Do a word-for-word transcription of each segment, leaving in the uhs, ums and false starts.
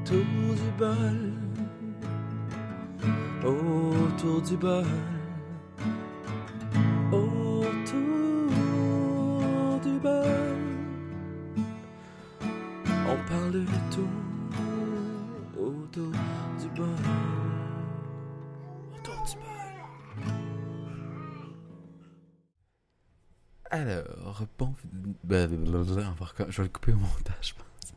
autour du bol, autour du bol, autour du bol. On parle de tout autour du bol, autour du bol. Alors, bon... On va rec- je vais le couper au montage, je pense.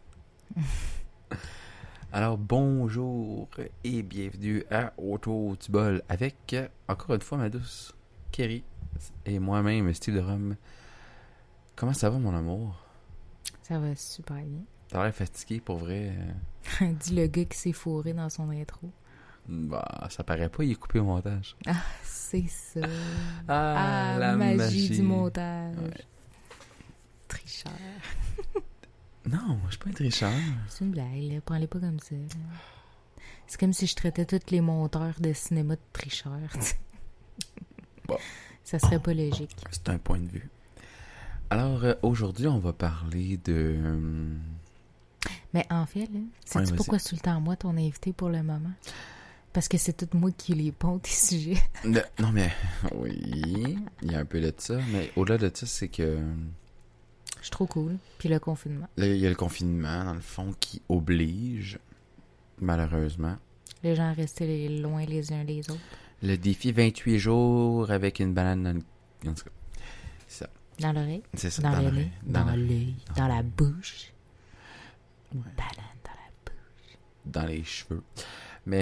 Alors, bonjour et bienvenue à Autour du bol avec, encore une fois, ma douce Kerry et moi-même, Steve de Rome. Comment ça va, mon amour? Ça va super bien. T'as l'air fatigué, pour vrai. Dis le gars qui s'est fourré dans son intro. Bah, ça paraît pas, il est coupé au montage. Ah, c'est ça. Ah, ah la magie, magie du montage. Ouais. Tricheur. Non, je suis pas un tricheur. C'est une blague, là. Prends-les pas comme ça. C'est comme si je traitais tous les monteurs de cinéma de tricheurs. Bon. Ça serait pas logique. C'est un point de vue. Alors, euh, aujourd'hui, on va parler de... euh, Mais en fait, là, sais-tu Ouais, vas-y. pourquoi c'est tout le temps moi ton invité pour le moment? Parce que c'est tout moi qui les ponte tes sujets. de- Non, mais... Oui, il y a un peu de ça. Mais au-delà de ça, c'est que... Je suis trop cool. Puis le confinement. Là, il y a le confinement, dans le fond, qui oblige, malheureusement. Les gens restent les- loin les uns les autres. Le défi vingt-huit jours avec une banane dans le... En tout cas, c'est ça. Dans l'oreille, C'est ça, dans, le l'oreille. nez, dans, l'oreille. l'œil, dans la bouche. Une Ouais. banane dans la bouche. Dans les cheveux. Mais...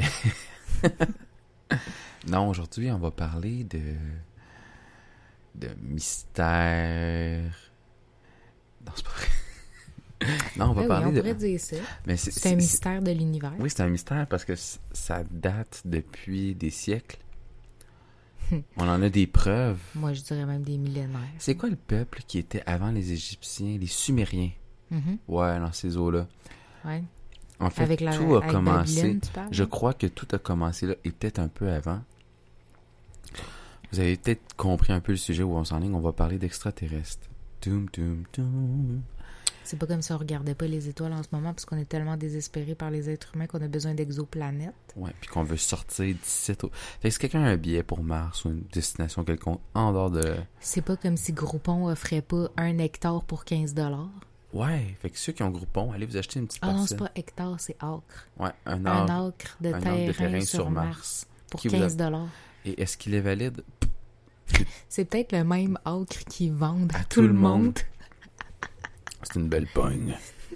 non, aujourd'hui, on va parler de... de mystère... Non, c'est pas vrai. Non, on va Ben oui, parler on de... pourrait dire ça. Mais c'est, C'est un mystère de l'univers. Oui, c'est un mystère parce que c- ça date depuis des siècles. On en a des preuves. Moi, je dirais même des millénaires. C'est quoi le peuple qui était avant les Égyptiens, les Sumériens? Mhm. Ouais, dans ces eaux-là. Ouais. En fait, Avec la, tout a avec commencé... Babylone, tu parles? Je crois que tout a commencé là, et peut-être un peu avant. Vous avez peut-être compris un peu le sujet où on s'enligne. On va parler d'extraterrestres. Toum, toum, toum. C'est pas comme si on regardait pas les étoiles en ce moment parce qu'on est tellement désespérés par les êtres humains qu'on a besoin d'exoplanètes. Ouais, puis qu'on veut sortir d'ici. Au... Fait que si quelqu'un a un billet pour Mars ou une destination quelconque en dehors de... C'est pas comme si Groupon offrait pas un hectare pour quinze dollars. Ouais, fait que ceux qui ont Groupon, allez vous acheter une petite Ah non, parcelle. c'est pas hectare, c'est acre. Ouais, un Un arbre. acre de un arbre terrain, de terrain sur, sur Mars, Mars. pour Qui vous quinze a- dollars. Et est-ce qu'il est valide? C'est peut-être le même acre qu'ils vendent à, À tout le monde. C'est une belle pogne.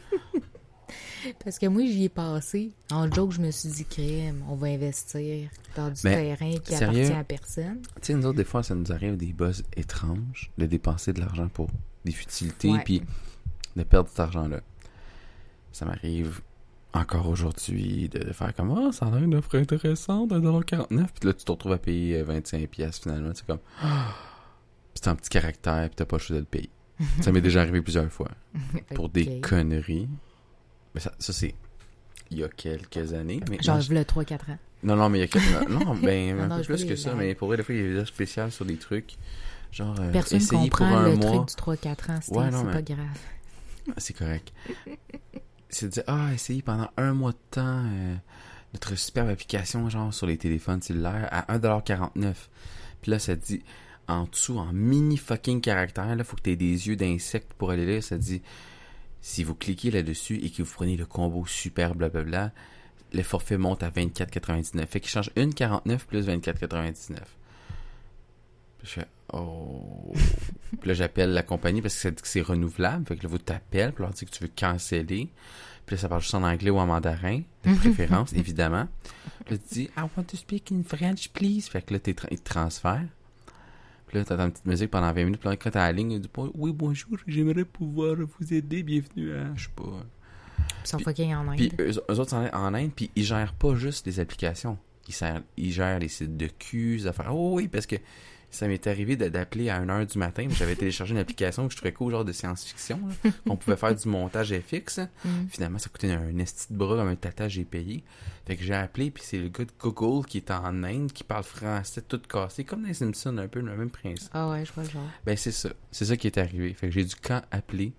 Parce que moi, j'y ai passé. En joke, je me suis dit, crème, on va investir dans du Mais, terrain qui sérieux? appartient à personne. Tu sais, nous autres, des fois, ça nous arrive des buzz étranges de dépenser de l'argent pour des futilités, Ouais. puis de perdre cet argent-là. Ça m'arrive encore aujourd'hui de, de faire comme « Ah, oh, ça a l'air une offre intéressante, un dollar quarante-neuf. » Puis là, tu te retrouves à payer vingt-cinq piastres finalement. C'est comme ah! Puis c'est un petit caractère, puis t'as pas le choix de le payer. Ça m'est déjà arrivé plusieurs fois. Pour Ok. des conneries. Mais ça, ça c'est il y a quelques années. Mais Genre, non, je voulais trois quatre ans. non, non, mais il y a quelques... Non, ben, Non, un non, peu je plus veux que les ça. blagues. Mais pour vrai, des fois, il y a des vidéos spéciales sur des trucs. Genre, euh, Personne essayer pour comprend un le mois. truc du trois quatre ans, Steve, Ouais, non, c'est mais- pas grave. Ah, c'est correct. C'est de dire, ah, essayez pendant un mois de temps euh, notre superbe application, genre, sur les téléphones cellulaires à un dollar quarante-neuf. Puis là, ça te dit, en dessous, en mini fucking caractère, là, faut que tu aies des yeux d'insecte pour aller lire. Ça te dit, si vous cliquez là-dessus et que vous prenez le combo super blablabla, le forfait monte à vingt-quatre quatre-vingt-dix-neuf. Fait qu'il change une quarante-neuf plus vingt-quatre quatre-vingt-dix-neuf. Puis je fais, oh. Puis là, j'appelle la compagnie parce que ça dit que c'est renouvelable. Fait que là, vous t'appelles pour leur dire que tu veux canceller. Puis là, ça parle juste en anglais ou en mandarin, de préférence, évidemment. Puis là, tu dis, I want to speak in French, please. Fait que là, t'es tra- ils te transfèrent. Puis là, t'entends une petite musique pendant vingt minutes. Puis là, quand t'es à la ligne, il dit, oui, bonjour, j'aimerais pouvoir vous aider. Bienvenue à, je sais pas. Ils sont Puis- fucking en Inde. Puis eux, eux autres sont en Inde, puis ils gèrent pas juste les applications. Ils gèrent, ils gèrent les sites de cul, les affaires. Oh oui, parce que ça m'est arrivé de- d'appeler à une heure du matin. J'avais téléchargé une application que je trouvais cool, genre de science-fiction. Là. On pouvait faire du montage F X. Mm. Finalement, ça coûtait un esti de bras comme un tata, j'ai payé. Fait que j'ai appelé, puis c'est le gars de Google qui est en Inde, qui parle français tout cassé, comme dans les Simpsons, un peu le même principe. Ah ouais, je vois le genre. Ben c'est ça. C'est ça qui est arrivé. Fait que j'ai dû quand appeler.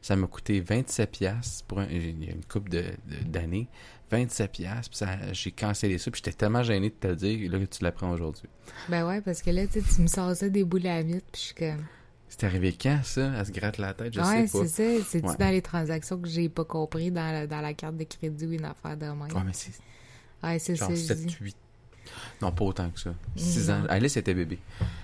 Ça m'a coûté vingt-sept piastres pour un, il y a une couple de, de, d'années. vingt-sept piastres, puis ça, j'ai cancellé ça, puis j'étais tellement gêné de te le dire, là, que tu l'apprends aujourd'hui. Ben ouais, parce que là, tu sais, tu me sors ça des boulamites, puis je suis comme... C'est arrivé quand, ça? Elle se gratte la tête, je ouais, sais pas. c'est ça. C'est-tu ouais. dans les transactions que j'ai pas compris dans la, dans la carte de crédit ou une affaire de même? Ouais, mais c'est... Ouais, c'est genre ça, sept huit. Non, pas autant que ça. six ans. Alice était bébé.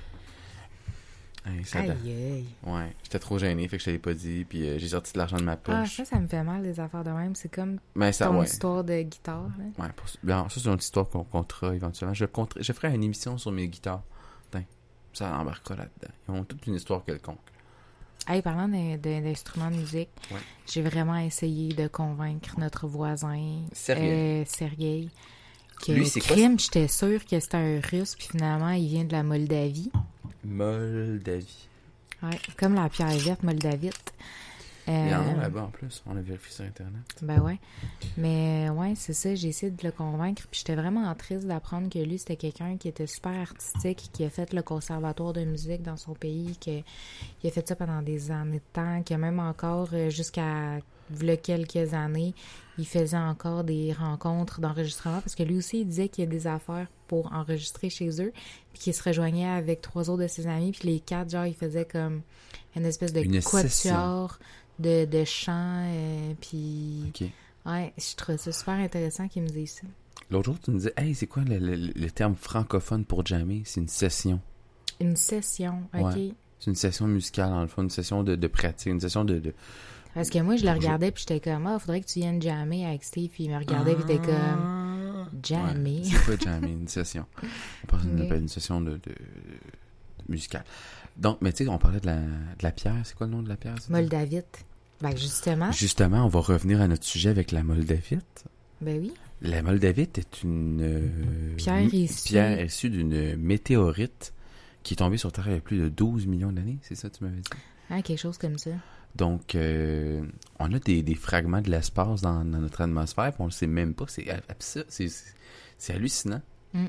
Hey, ça aïe, date. aïe. Ouais, j'étais trop gêné, fait que je te l'ai pas dit, puis euh, j'ai sorti de l'argent de ma poche. Ah, ça, ça me fait mal, les affaires de même. C'est comme mais ça, ton ouais. histoire de guitare. Là. Ouais, pour... bien, ça, c'est une autre histoire qu'on comptera éventuellement. Je, compterai... je ferai une émission sur mes guitares. Tain, ça embarquera là-dedans. Ils ont toute une histoire quelconque. Hey, parlant de, de, d'instruments de musique, ouais. j'ai vraiment essayé de convaincre notre voisin, Sergueï, euh, Sergueï que lui, c'est crime, quoi? J'étais sûre que c'était un Russe, puis finalement, il vient de la Moldavie. Moldavie. Ouais, comme la pierre verte moldavite. Euh, Il y en a là-bas en plus, on a vérifié sur Internet. Ben ouais. Mais ouais, c'est ça, j'ai essayé de le convaincre. Puis j'étais vraiment triste d'apprendre que lui, c'était quelqu'un qui était super artistique, qui a fait le conservatoire de musique dans son pays, qui a fait ça pendant des années de temps, qui a même encore, jusqu'à il y a quelques années, il faisait encore des rencontres d'enregistrement parce que lui aussi, il disait qu'il y a des affaires pour enregistrer chez eux, puis qu'il se rejoignait avec trois autres de ses amis, puis les quatre, genre, ils faisaient comme une espèce de une quatuor de, de chant, euh, puis... OK. Ouais, je trouvais ça super intéressant qu'il me dise ça. L'autre jour, tu me disais, hey, c'est quoi le, le, le terme francophone pour jammer? C'est une session. Une session, OK. Ouais. C'est une session musicale, dans le fond, une session de, de pratique, une session de... de... Parce que moi, je le regardais, puis j'étais comme, ah, oh, faudrait que tu viennes jammer avec Steve, puis il me regardait, puis il était comme, jammer. Ouais, c'est quoi jammer? Une session. On parle d'une Okay. une session de, de, de musicale. Donc, mais tu sais, on parlait de la, de la pierre. C'est quoi le nom de la pierre? Ça? Moldavite. Ben, justement. Justement, on va revenir à notre sujet avec la moldavite. Ben oui. La moldavite est une euh, pierre issue, pierre issue d'une météorite qui est tombée sur Terre il y a plus de douze millions d'années. C'est ça, tu m'avais dit? Ah, quelque chose comme ça. Donc, euh, on a des, des fragments de l'espace dans, dans notre atmosphère, puis on le sait même pas. C'est absurde, c'est, c'est, c'est hallucinant. Mm.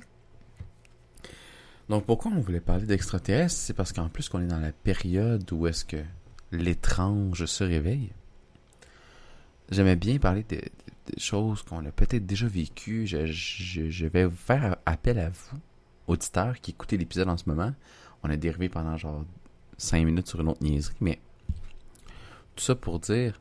Donc, pourquoi on voulait parler d'extraterrestres? C'est parce qu'en plus qu'on est dans la période où est-ce que l'étrange se réveille. J'aimais bien parler de, de, de choses qu'on a peut-être déjà vécues. Je, je, je vais vous faire appel à vous, auditeurs, qui écoutez l'épisode en ce moment. On a dérivé pendant genre cinq minutes sur une autre niaiserie, mais tout ça pour dire,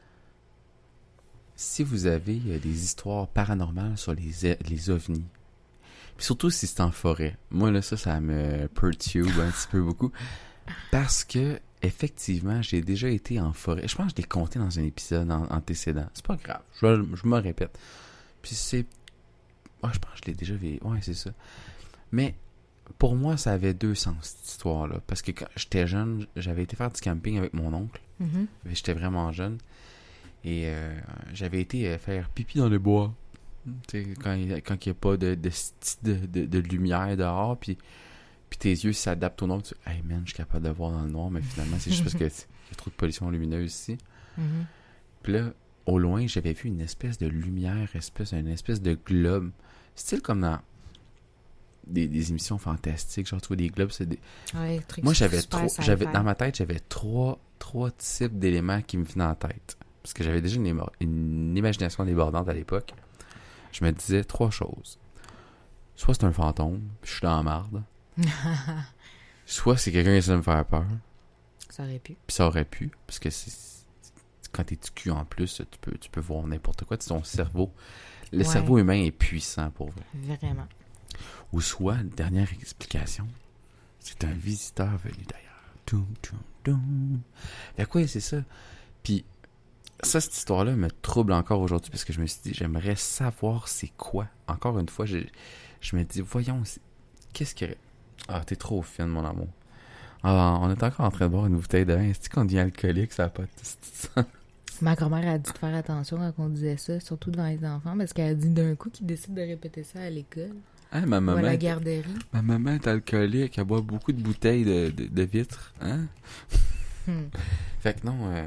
si vous avez euh, des histoires paranormales sur les, les ovnis, puis surtout si c'est en forêt, moi là ça, ça me perturbe un petit peu beaucoup, parce que effectivement, j'ai déjà été en forêt. Je pense que je l'ai compté dans un épisode en, antécédent. C'est pas grave, je, je me répète. Puis c'est... Oh, je pense que je l'ai déjà vu. Ouais, c'est ça. Mais pour moi, ça avait deux sens, cette histoire-là. Parce que quand j'étais jeune, j'avais été faire du camping avec mon oncle. Mm-hmm. J'étais vraiment jeune. Et euh, j'avais été faire pipi dans le bois. Tu sais, quand il n'y a pas de, de, de, de, de lumière dehors, puis, puis tes yeux s'adaptent au noir. Tu dis, hey man, je suis capable de voir dans le noir, mais finalement, c'est juste parce qu'il y a trop de pollution lumineuse ici. Mm-hmm. Puis là, au loin, j'avais vu une espèce de lumière, espèce, une espèce de globe. Style comme dans des, des émissions fantastiques, genre tu vois des globes, c'est des... Ouais, truc Moi, j'avais super trop, j'avais dans ma tête, j'avais trois, trois types d'éléments qui me venaient en tête. Parce que j'avais déjà une, émo- une imagination débordante à l'époque. Je me disais trois choses. Soit c'est un fantôme, puis je suis dans la marde. Soit c'est quelqu'un qui essaie de me faire peur. Ça aurait pu. Puis ça aurait pu, parce que c'est, c'est- quand t'es du cul en plus, tu peux, tu peux voir n'importe quoi. Ton cerveau, le Ouais. cerveau humain est puissant pour vrai. Vraiment. Ou soit, une dernière explication, c'est un visiteur venu d'ailleurs. Toum, toum, toum. Fait quoi, c'est ça. Puis, ça, cette histoire-là me trouble encore aujourd'hui parce que je me suis dit, j'aimerais savoir c'est quoi. Encore une fois, je, je me dis, voyons, c'est- qu'est-ce que... Ah, t'es trop fine, mon amour. Ah, on est encore en train de boire une bouteille de vin. Est-ce qu'on devient alcoolique, ça n'a pas de sens? Ma grand-mère a dit de faire attention quand on disait ça, surtout devant les enfants, parce qu'elle a dit d'un coup qu'ils décident de répéter ça à l'école Hein, ma ou maman, à la est- garderie. ma maman est alcoolique, elle boit beaucoup de bouteilles de, de, de vitres. Hein? Hmm. Fait que non... Euh...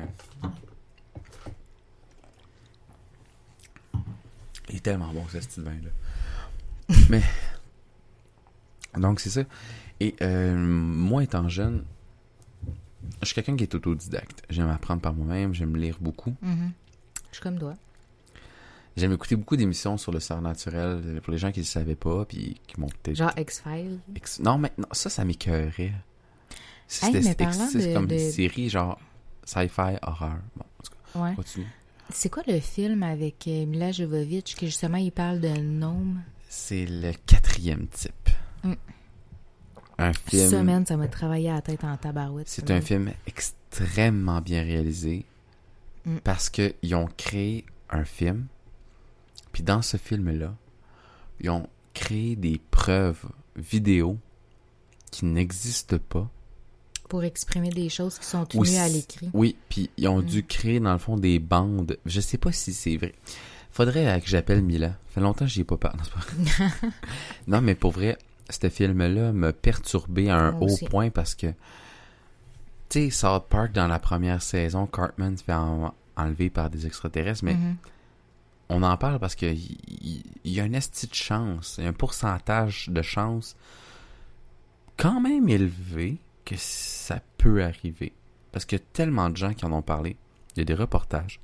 Il est tellement bon, ce style de vin-là. Mais... Donc, c'est ça. Et euh, moi, étant jeune, je suis quelqu'un qui est autodidacte. J'aime apprendre par moi-même, j'aime lire beaucoup. Mm-hmm. Je suis comme toi. J'aime écouter beaucoup d'émissions sur le surnaturel pour les gens qui ne le savaient pas, puis qui m'ont peut-être... Genre X-Files? X... Non, mais non, ça, ça m'écœurait. Hey, mais parlant c'est de, comme de... une série genre sci-fi, horreur. Bon, en tout cas, ouais. continue. C'est quoi le film avec euh, Mila Jovovich que justement il parle de gnome? C'est le quatrième type. Mm. Un film... Ça, man, ça m'a travaillé à la tête en tabarouette. C'est un film extrêmement bien réalisé mm. parce qu'ils ont créé un film, puis dans ce film-là, ils ont créé des preuves vidéo qui n'existent pas. Pour exprimer des choses qui sont tenues Oui, à l'écrit. Oui, puis ils ont mm. dû créer, dans le fond, des bandes. Je sais pas si c'est vrai. Faudrait que j'appelle Mila. Ça fait longtemps que j'y ai pas parlé. Non, non, mais pour vrai, ce film-là m'a perturbé à un Moi haut aussi. point parce que, tu sais, South Park, dans la première saison, Cartman se fait en- enlever par des extraterrestres, mais Mm-hmm. on en parle parce que il y, y, y a un esti de chance, il y a un pourcentage de chance quand même élevé que ça peut arriver. Parce qu'il y a tellement de gens qui en ont parlé. Il y a des reportages.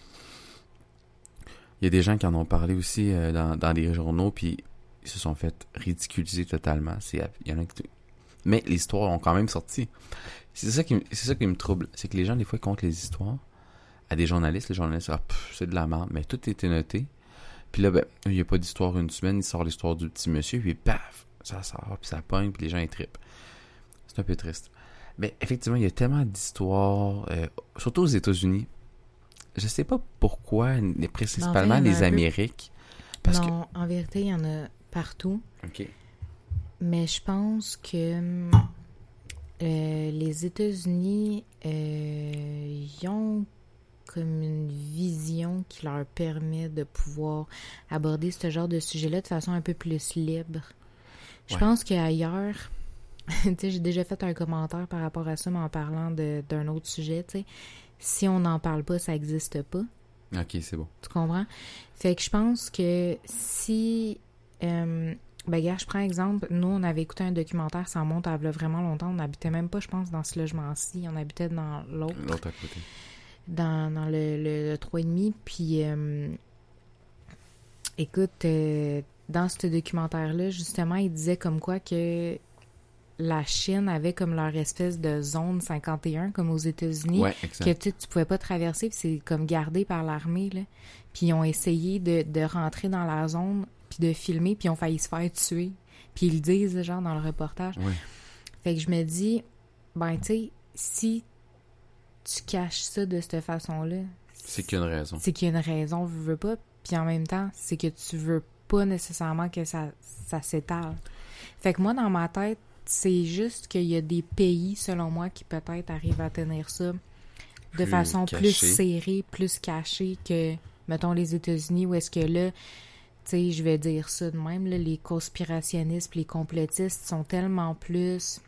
Il y a des gens qui en ont parlé aussi euh, dans, dans les journaux, puis ils se sont fait ridiculiser totalement. C'est, il y en a qui... Mais les histoires ont quand même sorti. C'est ça qui, me- c'est ça qui me trouble. C'est que les gens, des fois, ils comptent les histoires à des journalistes. Les journalistes, ah, pff, c'est de la merde. Mais tout était noté. Puis là, ben, il n'y a pas d'histoire une semaine. Il sort l'histoire du petit monsieur, puis paf, ça sort, puis ça pogne, puis les gens, ils trippent. C'est un peu triste. Mais effectivement, il y a tellement d'histoires, euh, surtout aux États-Unis. Je sais pas pourquoi, mais principalement Ben, en fait, il y en a les un peu. Amériques. Parce non, en vérité, il y en a partout. que... OK. Mais je pense que hum, euh, les États-Unis, euh, ils ont comme une vision qui leur permet de pouvoir aborder ce genre de sujet-là de façon un peu plus libre. Je Ouais. pense qu'ailleurs, tu sais, j'ai déjà fait un commentaire par rapport à ça, mais en parlant de, d'un autre sujet, tu sais, si on n'en parle pas, ça n'existe pas. OK, c'est bon. Tu comprends? Fait que je pense que si... Euh, ben, gars, je prends exemple. Nous, on avait écouté un documentaire, ça remonte à là, vraiment longtemps. On n'habitait même pas, je pense, dans ce logement-ci. On habitait dans l'autre. L'autre à côté. Dans, dans le, le, le trois virgule cinq. Puis, euh, écoute, euh, dans ce documentaire-là, justement, il disait comme quoi que la Chine avait comme leur espèce de zone cinquante et un, comme aux États-Unis. Ouais, Que exact. tu sais, tu pouvais pas traverser, puis c'est comme gardé par l'armée, là. Puis ils ont essayé de, de rentrer dans la zone, puis de filmer, puis ils ont failli se faire tuer. Puis ils le disent, genre, dans le reportage. Ouais. Fait que je me dis, ben, tu sais, si tu caches ça de cette façon-là, C'est qu'il y a une raison. c'est qu'il y a une raison, veux, veux pas, puis en même temps, c'est que tu veux pas nécessairement que ça, ça s'étale. Fait que moi, dans ma tête, c'est juste qu'il y a des pays, selon moi, qui peut-être arrivent à tenir ça de Plus façon caché. plus serrée, plus cachée que, mettons, les États-Unis, où est-ce que là, tu sais, je vais dire ça de même, là, les conspirationnistes, les complotistes sont tellement plus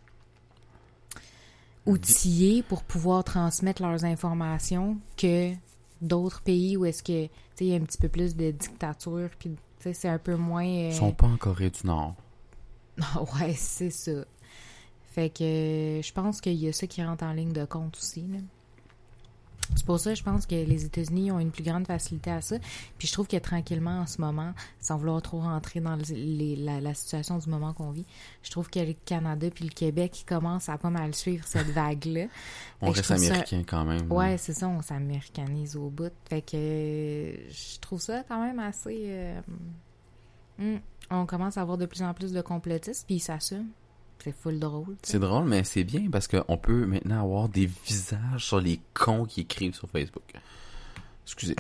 outillés pour pouvoir transmettre leurs informations que d'autres pays où est-ce que, tu sais, il y a un petit peu plus de dictature, puis, tu sais, c'est un peu moins... euh, Ils sont pas en Corée du Nord. Ouais, c'est ça. Fait que euh, je pense qu'il y a ça qui rentre en ligne de compte aussi, là. C'est pour ça que je pense que les États-Unis ont une plus grande facilité à ça. Puis je trouve que tranquillement, en ce moment, sans vouloir trop rentrer dans les, les, la, la situation du moment qu'on vit, je trouve que le Canada puis le Québec ils commencent à pas mal suivre cette vague-là. On Fait que je reste trouve ça- américain quand même. Ouais, c'est ça, on s'américanise au bout. Fait que euh, je trouve ça quand même assez... euh, hum, on commence à avoir de plus en plus de complotistes, puis ils s'assument. C'est full drôle. tu sais. C'est drôle, mais c'est bien parce qu'on peut maintenant avoir des visages sur les cons qui écrivent sur Facebook. Excusez.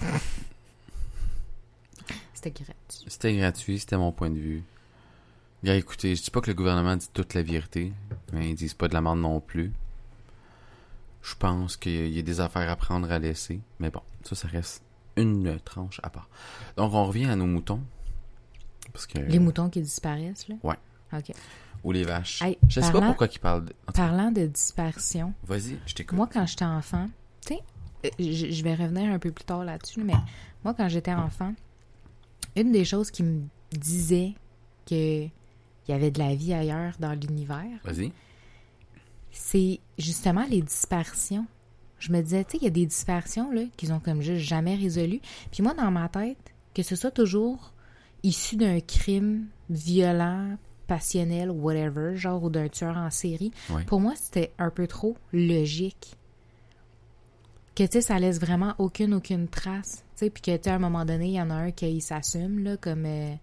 C'était gratuit. C'était gratuit, c'était mon point de vue. Gars, écoutez, je dis pas que le gouvernement dit toute la vérité, mais ils disent pas de la merde non plus. Je pense qu'il y a des affaires à prendre, à laisser. Mais bon, ça, ça reste une tranche à part. Donc, on revient à nos moutons. Parce que... Les moutons qui disparaissent, là? Ouais. OK. Ou les vaches. Hey, je sais pas parlant- pourquoi ils parlent... De... en tout cas, Parlant de dispersion, vas-y, je t'écoute. moi, quand j'étais enfant, tu sais, euh, je je vais revenir un peu plus tard là-dessus, mais moi, quand j'étais enfant, une des choses qui me disait qu'il y avait de la vie ailleurs dans l'univers, Vas-y. c'est justement les dispersions. Je me disais, tu sais, il y a des dispersions là, qu'ils ont comme juste jamais résolues. Puis moi, dans ma tête, que ce soit toujours issu d'un crime violent, passionnel, whatever, genre, ou d'un tueur en série, Ouais. pour moi, c'était un peu trop logique. Que, tu sais, ça laisse vraiment aucune, aucune trace. Tu sais, puis que, tu sais, à un moment donné, il y en a un qui s'assume, là, comme... Euh,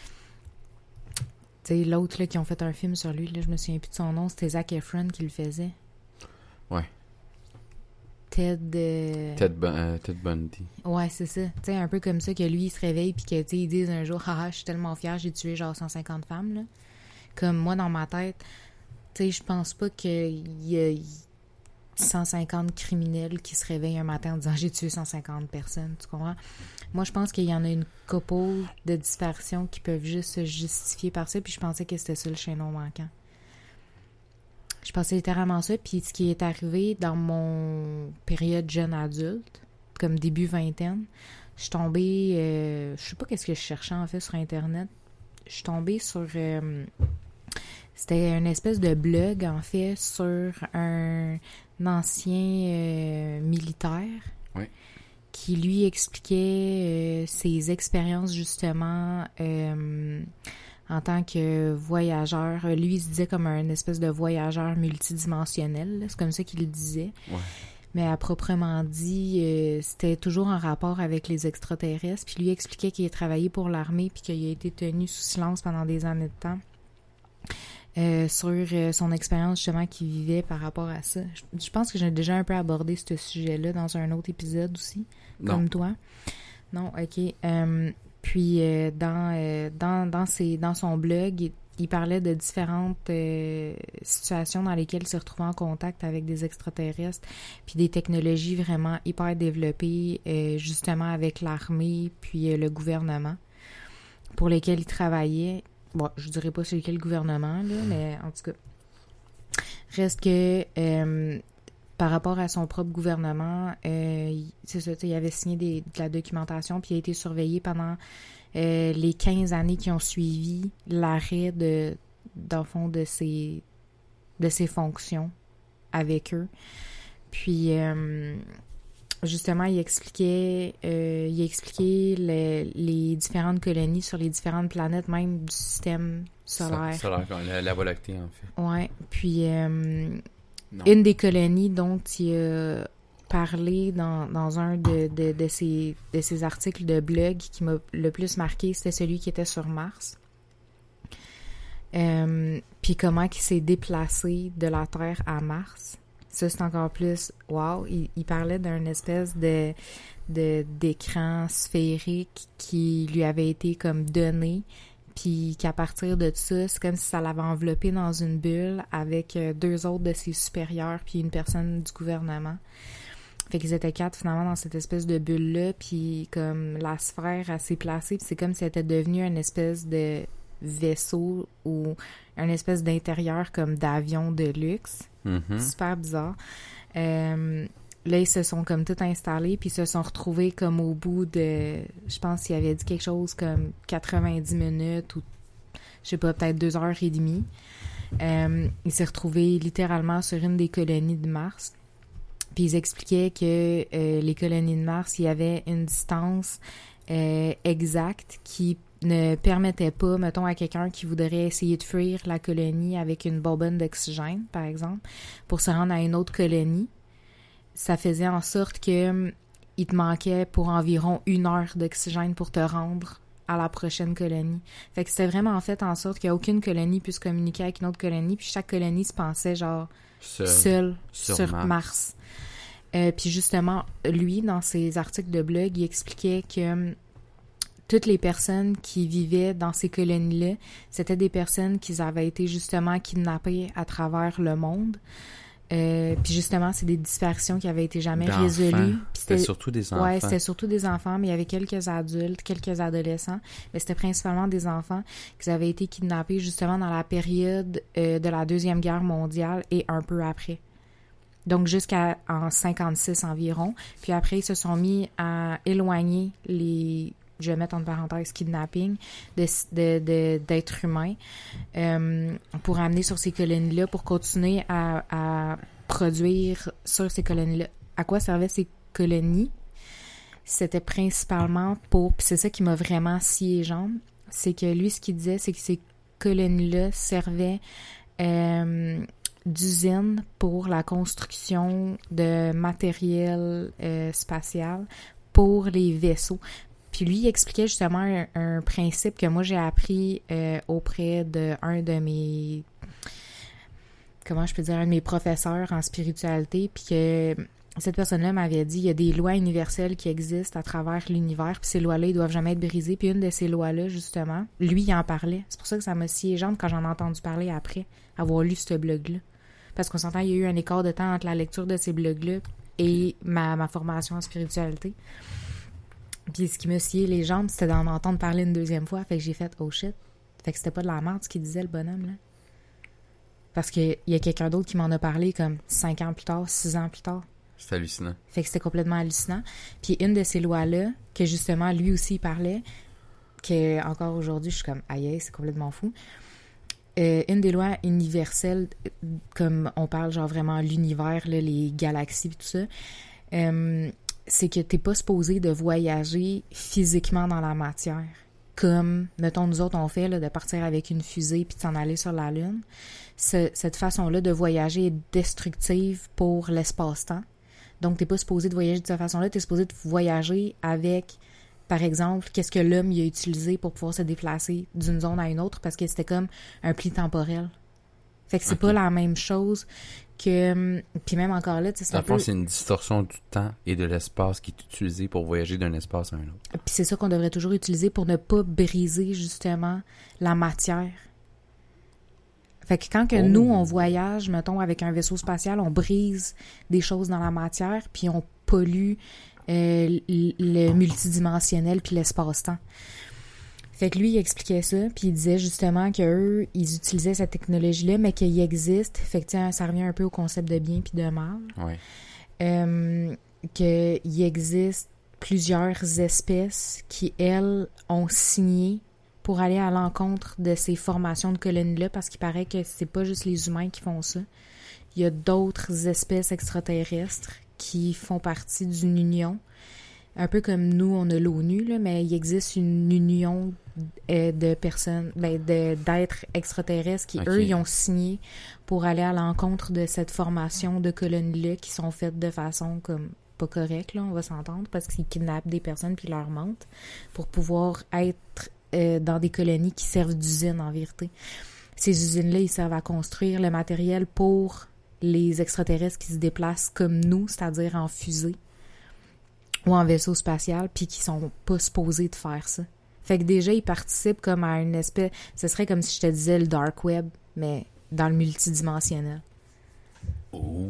tu sais, l'autre, là, qui ont fait un film sur lui, là, je me souviens plus de son nom, c'était Zac Efron qui le faisait. Ouais. Ted... Euh... Ted, Bun- euh, Ted Bundy. Ouais, c'est ça. Tu sais, un peu comme ça, que lui, il se réveille puis que, tu sais, ils disent un jour, « Haha, je suis tellement fière, j'ai tué genre cent cinquante femmes, là. » Comme moi, dans ma tête, tu sais, je pense pas qu'il y a cent cinquante criminels qui se réveillent un matin en disant « J'ai tué cent cinquante personnes. » Tu comprends? Moi, je pense qu'il y en a une couple de disparitions qui peuvent juste se justifier par ça, puis je pensais que c'était ça le chaînon manquant. Je pensais littéralement ça, puis ce qui est arrivé dans mon période jeune adulte, comme début vingtaine, je suis tombée, euh, je sais pas qu'est-ce que je cherchais en fait sur Internet, je suis tombée sur, euh, c'était une espèce de blog en fait sur un, un ancien euh, militaire. Oui. Qui lui expliquait euh, ses expériences justement euh, en tant que voyageur. Lui, il se disait comme un espèce de voyageur multidimensionnel. Là. C'est comme ça qu'il le disait. Ouais. Mais à proprement dit, euh, c'était toujours en rapport avec les extraterrestres. Puis lui expliquait qu'il a travaillé pour l'armée puis qu'il a été tenu sous silence pendant des années de temps. Euh, sur euh, son expérience justement qu'il vivait par rapport à ça. Je, je pense que j'ai déjà un peu abordé ce sujet-là dans un autre épisode aussi, Non. comme toi. Non, ok. Euh, puis euh, dans, euh, dans, dans, ses, dans son blog, il, il parlait de différentes euh, situations dans lesquelles il se retrouvait en contact avec des extraterrestres, puis des technologies vraiment hyper développées, euh, justement avec l'armée puis euh, le gouvernement, pour lesquels il travaillait. Bon, je dirais pas c'est quel gouvernement, là, mais en tout cas, reste que euh, par rapport à son propre gouvernement, euh, c'est ça, il avait signé des, de la documentation, puis il a été surveillé pendant euh, les quinze années qui ont suivi l'arrêt de, dans le fond, de ses, de ses fonctions avec eux. Puis, euh, justement, il expliquait, euh, il expliquait les, les différentes colonies sur les différentes planètes, même du système solaire. Solaire, la, la Voie lactée, en fait. Ouais. Puis, euh, une des colonies dont il a parlé dans, dans un de, de, de, ses, de ses articles de blog qui m'a le plus marqué, c'était celui qui était sur Mars. Euh, puis comment il s'est déplacé de la Terre à Mars. Ça, c'est encore plus... Wow! Il, il parlait d'un espèce de, de d'écran sphérique qui lui avait été comme donné, puis qu'à partir de ça, c'est comme si ça l'avait enveloppé dans une bulle avec deux autres de ses supérieurs puis une personne du gouvernement. Fait qu'ils étaient quatre, finalement, dans cette espèce de bulle-là, puis comme la sphère, elle s'est placée, puis c'est comme si elle était devenue une espèce de vaisseau ou une espèce d'intérieur comme d'avion de luxe. Mm-hmm. Super bizarre. Euh, là, ils se sont comme tout installés, puis ils se sont retrouvés comme au bout de... Je pense qu'il avait dit quelque chose comme quatre-vingt-dix minutes ou, je sais pas, peut-être deux heures et demie. Euh, ils s'est retrouvés littéralement sur une des colonies de Mars. Puis ils expliquaient que euh, les colonies de Mars, il y avait une distance euh, exacte qui ne permettait pas, mettons, à quelqu'un qui voudrait essayer de fuir la colonie avec une bonbonne d'oxygène, par exemple, pour se rendre à une autre colonie. Ça faisait en sorte que hum, il te manquait pour environ une heure d'oxygène pour te rendre à la prochaine colonie. Fait que c'était vraiment fait en sorte qu'aucune colonie puisse communiquer avec une autre colonie, puis chaque colonie se pensait genre seule seul sur, sur Mars. Mars. Euh, puis justement, lui, dans ses articles de blog, il expliquait que hum, toutes les personnes qui vivaient dans ces colonies-là, c'était des personnes qui avaient été justement kidnappées à travers le monde. Euh, puis justement, c'est des dispersions qui avaient été jamais D'enfants. résolues. C'était, c'était surtout des enfants. Ouais, c'était surtout des enfants, mais il y avait quelques adultes, quelques adolescents, mais c'était principalement des enfants qui avaient été kidnappés justement dans la période euh, de la Deuxième Guerre mondiale et un peu après. Donc jusqu'à en cinquante-six environ. Puis après, ils se sont mis à éloigner les je vais mettre en parenthèse kidnapping, de, de, de, d'êtres humains euh, pour amener sur ces colonies-là, pour continuer à, à produire sur ces colonies-là. À quoi servaient ces colonies? C'était principalement pour... Puis c'est ça qui m'a vraiment scié les jambes. C'est que lui, ce qu'il disait, c'est que ces colonies-là servaient euh, d'usines pour la construction de matériel euh, spatial pour les vaisseaux. Puis lui, il expliquait justement un, un principe que moi, j'ai appris euh, auprès d'un de mes... Comment je peux dire? Un de mes professeurs en spiritualité, puis que... Cette personne-là m'avait dit, il y a des lois universelles qui existent à travers l'univers, puis ces lois-là, ils doivent jamais être brisées. Puis une de ces lois-là, justement, lui, il en parlait. C'est pour ça que ça m'a scié les jambes quand j'en ai entendu parler après avoir lu ce blog-là. Parce qu'on s'entend, il y a eu un écart de temps entre la lecture de ces blogs-là et ma, ma formation en spiritualité. Puis ce qui m'a scié les jambes, c'était d'en entendre parler une deuxième fois. Fait que j'ai fait « Oh shit! » Fait que c'était pas de la merde ce qu'il disait, le bonhomme, là. Parce qu'il y a quelqu'un d'autre qui m'en a parlé comme cinq ans plus tard, six ans plus tard. C'est hallucinant. Fait que c'était complètement hallucinant. Puis une de ces lois-là, que justement, lui aussi parlait, que encore aujourd'hui, je suis comme, aïe, c'est complètement fou. Euh, une des lois universelles, comme on parle genre vraiment l'univers, là, les galaxies et tout ça, euh, c'est que t'es pas supposé de voyager physiquement dans la matière. Comme, mettons, nous autres, on fait, là, de partir avec une fusée puis de s'en aller sur la Lune. Ce, cette façon-là de voyager est destructive pour l'espace-temps. Donc, t'es pas supposé de voyager de cette façon-là, t'es supposé de voyager avec, par exemple, qu'est-ce que l'homme il a utilisé pour pouvoir se déplacer d'une zone à une autre, parce que c'était comme un pli temporel. Fait que c'est okay. Pas la même chose que... Puis même encore là, tu sais, c'est un peu... c'est une distorsion du temps et de l'espace qui est utilisée pour voyager d'un espace à un autre. Puis c'est ça qu'on devrait toujours utiliser pour ne pas briser, justement, la matière. Fait que quand que oh. nous, on voyage, mettons, avec un vaisseau spatial, on brise des choses dans la matière, puis on pollue euh, le multidimensionnel puis l'espace-temps. Fait que lui, il expliquait ça, puis il disait justement qu'eux, ils utilisaient cette technologie-là, mais qu'il existe. Fait que, tiens, ça revient un peu au concept de bien puis de mal. Oui. Euh, qu'il existe plusieurs espèces qui, elles, ont signé pour aller à l'encontre de ces formations de colonies-là, parce qu'il paraît que c'est pas juste les humains qui font ça. Il y a d'autres espèces extraterrestres qui font partie d'une union. Un peu comme nous, on a l'ONU, là, mais il existe une union euh, de personnes, ben, de, d'êtres extraterrestres qui, okay. eux, ils ont signé pour aller à l'encontre de cette formation de colonies-là qui sont faites de façon comme pas correcte, là, on va s'entendre, parce qu'ils kidnappent des personnes puis leur mentent pour pouvoir être euh, dans des colonies qui servent d'usines, en vérité. Ces usines-là, ils servent à construire le matériel pour les extraterrestres qui se déplacent comme nous, c'est-à-dire en fusée ou en vaisseau spatial, puis qui sont pas supposés de faire ça. Fait que déjà, ils participent comme à une espèce... Ce serait comme si je te disais le dark web, mais dans le multidimensionnel. Oh.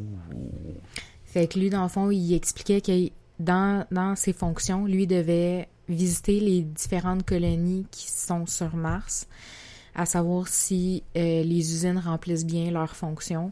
Fait que lui, dans le fond, il expliquait que dans, dans ses fonctions, lui devait visiter les différentes colonies qui sont sur Mars, à savoir si euh, les usines remplissent bien leurs fonctions,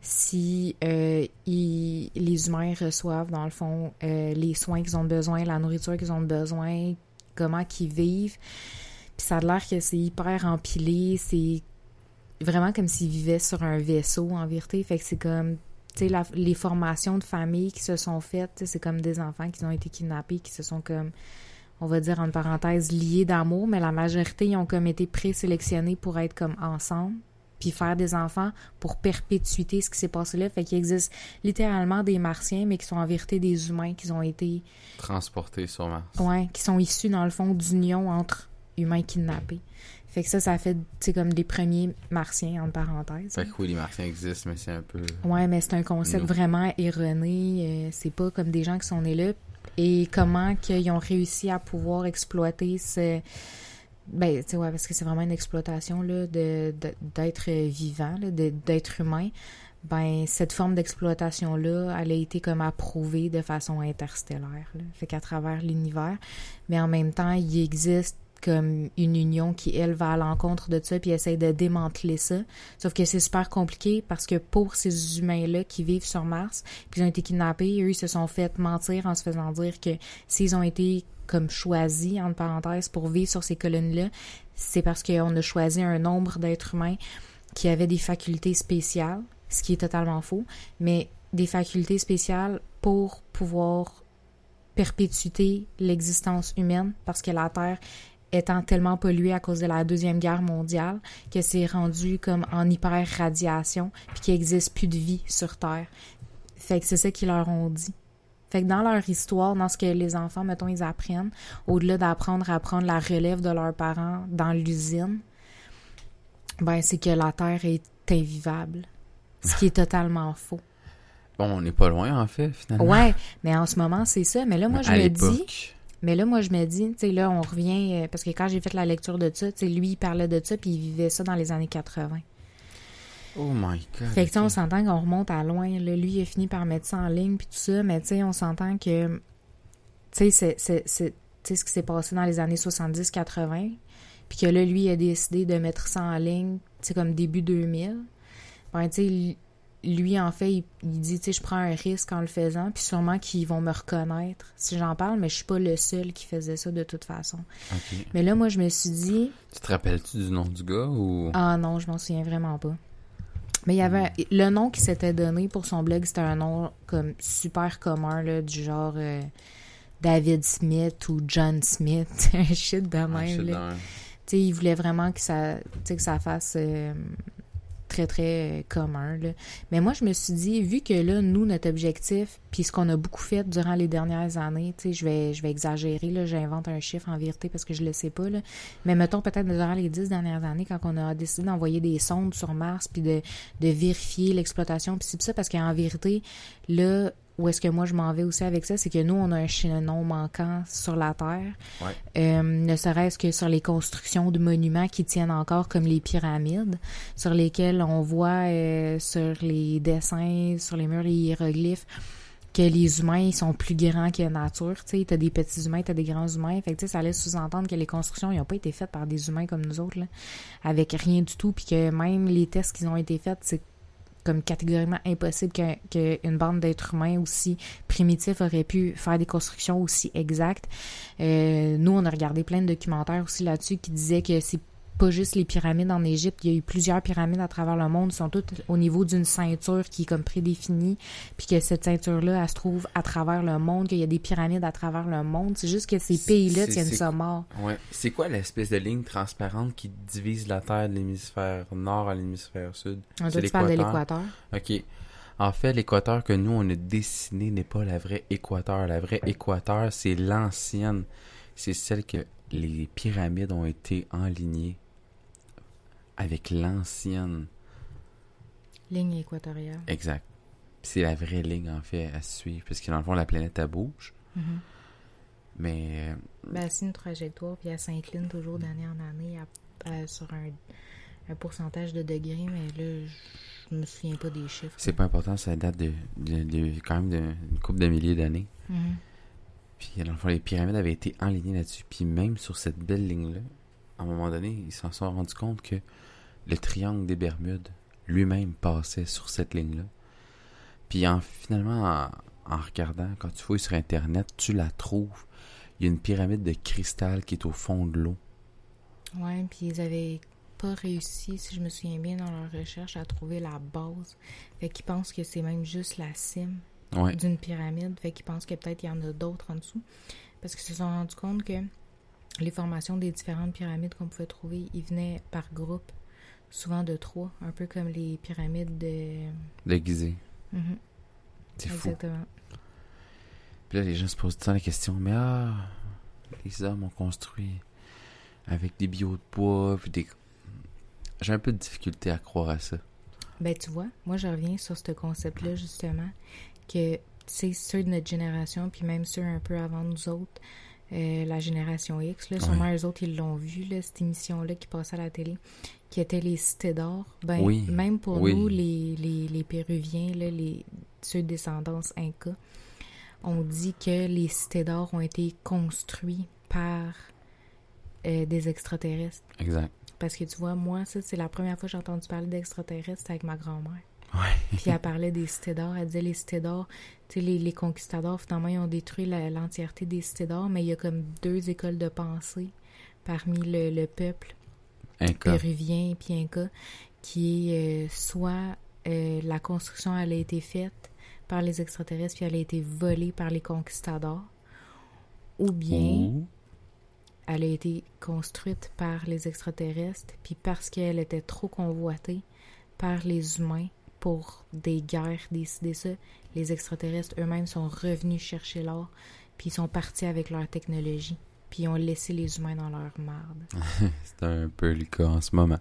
si euh, ils, les humains reçoivent, dans le fond, euh, les soins qu'ils ont besoin, la nourriture qu'ils ont besoin, comment qu'ils vivent. Puis ça a l'air que c'est hyper empilé, c'est vraiment comme s'ils vivaient sur un vaisseau, en vérité. Fait que c'est comme, tu sais, les formations de famille qui se sont faites, c'est comme des enfants qui ont été kidnappés, qui se sont comme, on va dire, en parenthèse, liés d'amour, mais la majorité, ils ont comme été présélectionnés pour être comme ensemble, puis faire des enfants pour perpétuer ce qui s'est passé là. Fait qu'il existe littéralement des Martiens, mais qui sont en vérité des humains qui ont été... transportés sur Mars. Ouais, qui sont issus, dans le fond, d'union entre humains kidnappés. Fait que ça, ça fait, tu sais, comme des premiers Martiens, entre parenthèses. Fait que oui, les Martiens existent, mais c'est un peu... Ouais, mais c'est un concept nous. vraiment erroné. Euh, c'est pas comme des gens qui sont nés là. Et comment qu'ils ont réussi à pouvoir exploiter ce... Ben, tu sais, ouais, parce que c'est vraiment une exploitation, là, de, de, d'être vivant, là, de, d'être humain. Ben, cette forme d'exploitation-là, elle a été comme approuvée de façon interstellaire, là. Fait qu'à travers l'univers. Mais en même temps, il existe comme une union qui, elle, va à l'encontre de ça puis essaie de démanteler ça. Sauf que c'est super compliqué parce que pour ces humains-là qui vivent sur Mars, puis ils ont été kidnappés, eux, ils se sont fait mentir en se faisant dire que s'ils ont été comme choisi, entre parenthèses, pour vivre sur ces colonies-là, c'est parce qu'on a choisi un nombre d'êtres humains qui avaient des facultés spéciales, ce qui est totalement faux, mais des facultés spéciales pour pouvoir perpétuer l'existence humaine, parce que la Terre étant tellement polluée à cause de la Deuxième Guerre mondiale que c'est rendu comme en hyper-radiation puis qu'il n'existe plus de vie sur Terre. Fait que c'est ça qu'ils leur ont dit. Fait que dans leur histoire, dans ce que les enfants, mettons, ils apprennent, au-delà d'apprendre à prendre la relève de leurs parents dans l'usine, ben c'est que la Terre est invivable. Ce qui est totalement faux. Bon, on n'est pas loin, en fait, finalement. Ouais, mais en ce moment, c'est ça. Mais là, moi, mais je à me l'époque... dis... Mais là, moi, je me dis, tu sais, là, on revient... Euh, parce que quand j'ai fait la lecture de ça, tu sais, lui, il parlait de ça, puis il vivait ça dans les années quatre-vingts. Oh my God. Fait que, tu sais, on s'entend qu'on remonte à loin. Là. Lui, il a fini par mettre ça en ligne, puis tout ça, mais tu sais, on s'entend que... Tu sais, c'est, c'est, c'est, tu sais, ce qui s'est passé dans les années soixante-dix quatre-vingts, puis que là, lui, il a décidé de mettre ça en ligne, tu sais, comme début deux mille. Ben, tu sais... Lui, en fait, il, il dit, tu sais, je prends un risque en le faisant, puis sûrement qu'ils vont me reconnaître si j'en parle, mais je suis pas le seul qui faisait ça de toute façon. Okay. Mais là, moi, je me suis dit... Tu te rappelles-tu du nom du gars, ou... Ah non, je m'en souviens vraiment pas. Mais il y avait... Mm. Le nom qu'il s'était donné pour son blog, c'était un nom comme super commun, là, du genre euh, David Smith ou John Smith, un shit de même, un shit là. Tu sais, il voulait vraiment que ça, tu sais, que ça fasse... Euh, très, très commun, là. Mais moi, je me suis dit, vu que là, nous, notre objectif, puis ce qu'on a beaucoup fait durant les dernières années, tu sais, je vais, je vais exagérer, là, j'invente un chiffre en vérité parce que je le sais pas, là, mais mettons peut-être durant les dix dernières années, quand on a décidé d'envoyer des sondes sur Mars, puis de, de vérifier l'exploitation, puis c'est ça, parce qu'en vérité, là, où est-ce que moi je m'en vais aussi avec ça, c'est que nous, on a un chaînon manquant sur la Terre. Ouais. Euh, ne serait-ce que sur les constructions de monuments qui tiennent encore, comme les pyramides, sur lesquelles on voit euh, sur les dessins, sur les murs, les hiéroglyphes, que les humains, ils sont plus grands que la nature. Tu sais, t'as des petits humains, t'as des grands humains. Fait que, tu sais, ça laisse sous-entendre que les constructions, ils n'ont pas été faites par des humains comme nous autres, là, avec rien du tout, puis que même les tests qui ont été faits, c'est comme catégoriquement impossible que, que une bande d'êtres humains aussi primitifs aurait pu faire des constructions aussi exactes. Euh, nous, on a regardé plein de documentaires aussi là-dessus qui disaient que c'est pas juste les pyramides en Égypte, il y a eu plusieurs pyramides à travers le monde, sont toutes au niveau d'une ceinture qui est comme prédéfinie, puis que cette ceinture-là, elle se trouve à travers le monde, qu'il y a des pyramides à travers le monde. C'est juste que ces pays-là c'est, tiennent c'est, ça mort. Ouais. C'est quoi l'espèce de ligne transparente qui divise la Terre de l'hémisphère nord à l'hémisphère sud? Ah, c'est toi, tu parles de l'équateur. OK. En fait, l'équateur que nous, on a dessiné n'est pas la vraie équateur. La vraie équateur, c'est l'ancienne. C'est celle que les pyramides ont été enlignées avec l'ancienne ligne équatoriale. Exact. C'est la vraie ligne, en fait, à suivre. Parce que dans le fond, la planète, elle bouge. Mm-hmm. Mais... Ben, c'est une trajectoire, puis elle s'incline toujours d'année en année à, à, sur un, un pourcentage de degrés, mais là, je me souviens pas des chiffres. C'est pas important, ça date de, de, de quand même d'une couple de milliers d'années. Mm-hmm. Puis, dans le fond, les pyramides avaient été enlignées là-dessus. Puis même sur cette belle ligne-là, à un moment donné, ils s'en sont rendus compte que le triangle des Bermudes lui-même passait sur cette ligne-là. Puis en, finalement, en, en regardant, quand tu fouilles sur Internet, tu la trouves. Il y a une pyramide de cristal qui est au fond de l'eau. Ouais, puis ils avaient pas réussi, si je me souviens bien, dans leur recherche, à trouver la base. Fait qu'ils pensent que c'est même juste la cime ouais. d'une pyramide. Fait qu'ils pensent que peut-être il y en a d'autres en dessous. Parce qu'ils se sont rendus compte que les formations des différentes pyramides qu'on pouvait trouver, ils venaient par groupe, souvent de trois, un peu comme les pyramides de... De Gizeh. Mm-hmm. C'est Exactement. fou. Puis là, les gens se posent tout le temps la question, mais ah, les hommes ont construit avec des billots de bois, puis des... J'ai un peu de difficulté à croire à ça. Ben, tu vois, moi, je reviens sur ce concept-là, justement, que, tu sais, ceux de notre génération, puis même ceux un peu avant nous autres, Euh, la génération X, là, sûrement ouais. eux autres, ils l'ont vu, là, cette émission-là qui passait à la télé, qui était les cités d'or. Ben, oui. même pour oui. nous, les, les, les Péruviens, là, les, ceux de descendance Inca, on dit que les cités d'or ont été construits par euh, des extraterrestres. Exact. Parce que tu vois, moi, ça, c'est la première fois que j'ai entendu parler d'extraterrestres avec ma grand-mère. Ouais. Puis elle parlait des cités d'or. Elle disait les cités d'or, tu sais, les, les conquistadors, finalement, ils ont détruit la, l'entièreté des cités d'or, mais il y a comme deux écoles de pensée parmi le, le peuple Inca. péruvien puis inca, qui est euh, soit euh, la construction, elle a été faite par les extraterrestres puis elle a été volée par les conquistadors, ou bien Ouh. elle a été construite par les extraterrestres puis parce qu'elle était trop convoitée par les humains pour des guerres, décider ça, les extraterrestres eux-mêmes sont revenus chercher l'or puis ils sont partis avec leur technologie puis ils ont laissé les humains dans leur marde. C'est un peu le cas en ce moment.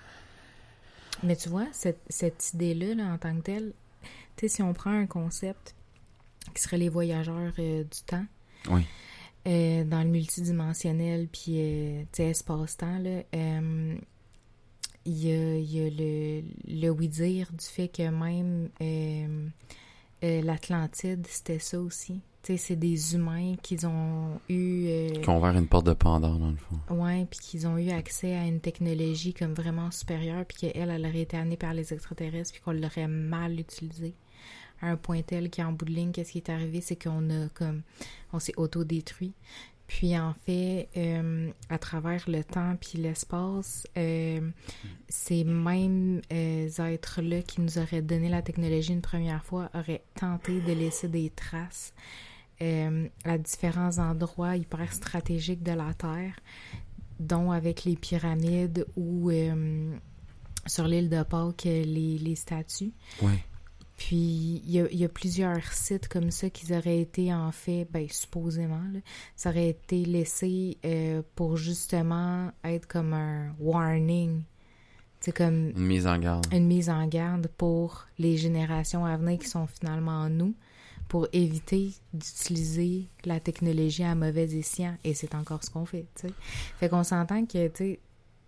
Mais tu vois, cette, cette idée-là, là, en tant que telle, tu sais, si on prend un concept qui serait les voyageurs euh, du temps, Oui. euh, dans le multidimensionnel, puis, euh, tu sais, espace-temps, là, euh, il y a, il y a le, le oui-dire du fait que même euh, euh, l'Atlantide, c'était ça aussi. Tu sais, c'est des humains qui ont eu... euh, Qui ont ouvert une porte de Pandore, dans le fond. Ouais, puis qu'ils ont eu accès à une technologie comme vraiment supérieure, puis qu'elle, elle aurait été amenée par les extraterrestres, puis qu'on l'aurait mal utilisée. À un point tel qu'en bout de ligne, qu'est-ce qui est arrivé, c'est qu'on a comme... On s'est autodétruit. Puis en fait, euh, à travers le temps puis l'espace, euh, ces mêmes euh, êtres-là qui nous auraient donné la technologie une première fois auraient tenté de laisser des traces euh, à différents endroits hyper stratégiques de la Terre, dont avec les pyramides ou euh, sur l'île de Pâques, les, les statues. Oui. Puis, il y a, il y a plusieurs sites comme ça qui auraient été, en fait, ben, supposément, là, ça aurait été laissé euh, pour justement être comme un warning. C'est comme Une mise en garde. une mise en garde pour les générations à venir qui sont finalement nous, pour éviter d'utiliser la technologie à mauvais escient. Et c'est encore ce qu'on fait, tu sais. Fait qu'on s'entend que, tu sais,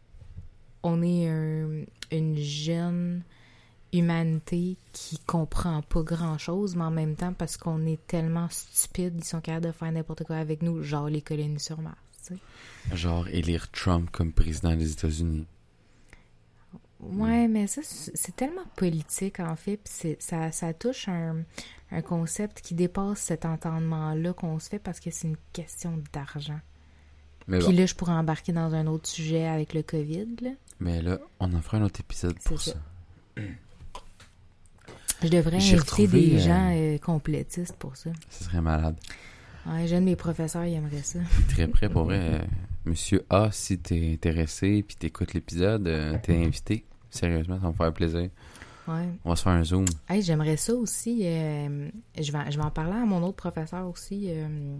on est un, une jeune humanité qui comprend pas grand-chose, mais en même temps, parce qu'on est tellement stupide, ils sont capables de faire n'importe quoi avec nous, genre les colonies sur Mars, tu sais. Genre élire Trump comme président des États-Unis. Ouais, mais ça, c'est c'est tellement politique, en fait, puis c'est, ça, ça touche un, un concept qui dépasse cet entendement-là qu'on se fait parce que c'est une question d'argent. Mais Puis bon. là, je pourrais embarquer dans un autre sujet avec le COVID, là. Mais là, on en fera un autre épisode C'est pour ça. ça. Je devrais J'ai inviter retrouvé, des euh, gens euh, complétistes pour ça. Ce serait malade. Ouais, j'aime mes professeurs, ils aimeraient ça. Très prêt pour vrai. euh, Monsieur A, si t'es intéressé puis t'écoutes l'épisode, euh, t'es invité. Sérieusement, ça va me faire plaisir. Ouais. On va se faire un zoom. Hey, j'aimerais ça aussi. euh, je, vais, je vais en parler à mon autre professeur aussi. euh,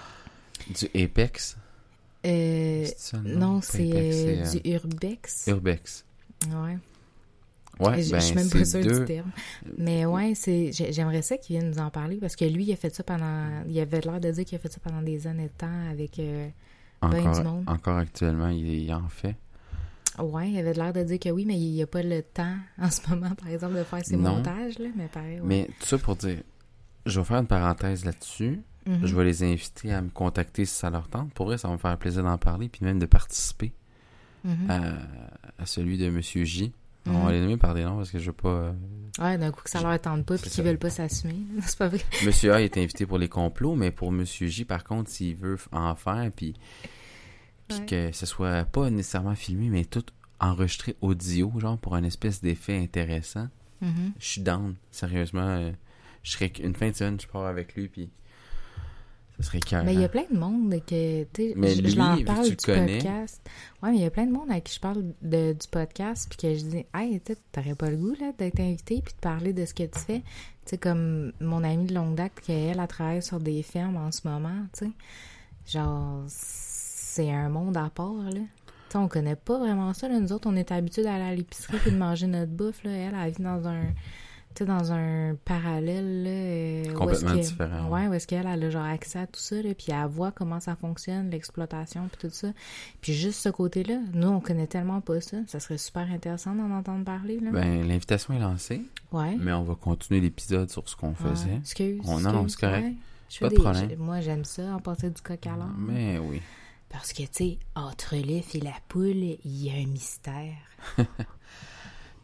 Du Apex. euh, C'est ça, non, Pas c'est Apex, euh, c'est, du Urbex. euh, Urbex. Ouais. Ouais, je, ben, je suis même c'est pas sûre deux... du terme. Mais ouais, c'est j'ai- j'aimerais ça qu'il vienne nous en parler parce que lui, il a fait ça pendant... Il avait l'air de dire qu'il a fait ça pendant des années de temps avec euh, ben Encore, du monde. encore actuellement, il, il en fait. Ouais, il avait l'air de dire que oui, mais il n'y a pas le temps en ce moment, par exemple, de faire ses Non. montages, là, mais pareil, ouais. Mais tout ça pour dire, je vais faire une parenthèse là-dessus. Mhm. Je vais les inviter à me contacter si ça leur tente. Pour vrai, ça va me faire plaisir d'en parler, puis même de participer Mhm. à, à celui de Monsieur J. Mhm. On va les nommer par des noms parce que je veux pas... euh, Ouais, d'un coup que ça leur tente pas C'est puis ça. qu'ils veulent pas s'assumer. C'est pas vrai. Monsieur A est invité pour les complots, mais pour Monsieur J, par contre, s'il veut f- en faire, puis puis Ouais. que ce soit pas nécessairement filmé, mais tout enregistré audio, genre pour un espèce d'effet intéressant, Mhm. je suis down. Sérieusement, euh, je serais une fin de semaine, je pars avec lui, puis ça serait carré. Mais il y a plein de monde que, tu sais, Mais je, lui, je leur vu que parle tu du le connais- podcast. Ouais, mais il y a plein de monde à qui je parle de, du podcast, puis que je dis, hey, tu sais, t'aurais pas le goût, là, d'être invité, puis de parler de ce que tu fais. Tu sais, comme mon amie de longue date, qu'elle, elle travaille sur des fermes en ce moment, tu sais. Genre, c'est un monde à part, là. Tu sais, on connaît pas vraiment ça, là. Nous autres, on est habitués d'aller à l'épicerie et de manger notre bouffe, là. Elle, elle vit dans un... Tu sais, dans un parallèle, là, euh, où est-ce Complètement que- différent, Ouais, où est-ce qu'elle elle a genre accès à tout ça, là, puis elle voit comment ça fonctionne, l'exploitation, puis tout ça. Puis juste ce côté-là, nous, on connaît tellement pas ça. Ça serait super intéressant d'en entendre parler, là. Ben, l'invitation est lancée, ouais. mais on va continuer l'épisode sur ce qu'on Ouais. faisait. Excuse, Oh, non, non, excuse, c'est correct. ouais. Je Pas fais de des- problème. j'ai- Moi, j'aime ça, en passer du coq à l'âne. Mais oui. Parce que, tu sais, entre l'œuf et la poule, il y a un mystère. Puis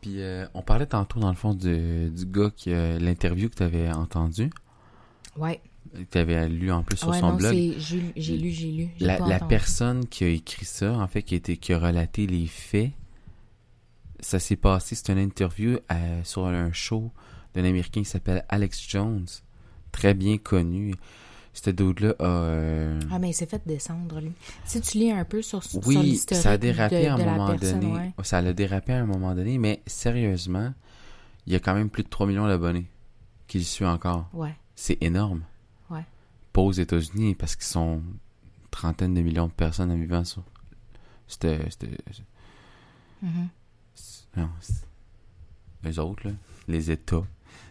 Puis euh, on parlait tantôt, dans le fond, du, du gars qui a l'interview que tu avais entendu. Ouais. Que tu avais lu en plus sur ouais, son non, blog. C'est, j'ai, j'ai lu, j'ai lu. J'ai La, pas la entendu. personne qui a écrit ça, en fait, qui a, été, qui a relaté les faits, ça s'est passé, c'est une interview à, sur un show d'un Américain qui s'appelle Alex Jones, très bien connu. Ce dude-là a... Euh... Ah, mais il s'est fait descendre, lui. Si tu lis un peu sur, oui, sur l'historique ça a dérapé de, à un de la moment personne, donné. ouais. Ça a dérapé à un moment donné, mais sérieusement, il y a quand même plus de trois millions d'abonnés qui le suivent encore. Ouais. C'est énorme. Ouais. Pas aux États-Unis, parce qu'ils sont une trentaine de millions de personnes en vivant sur... C'était... c'était... Mm-hmm. Non, c'est... Les autres, là, les États.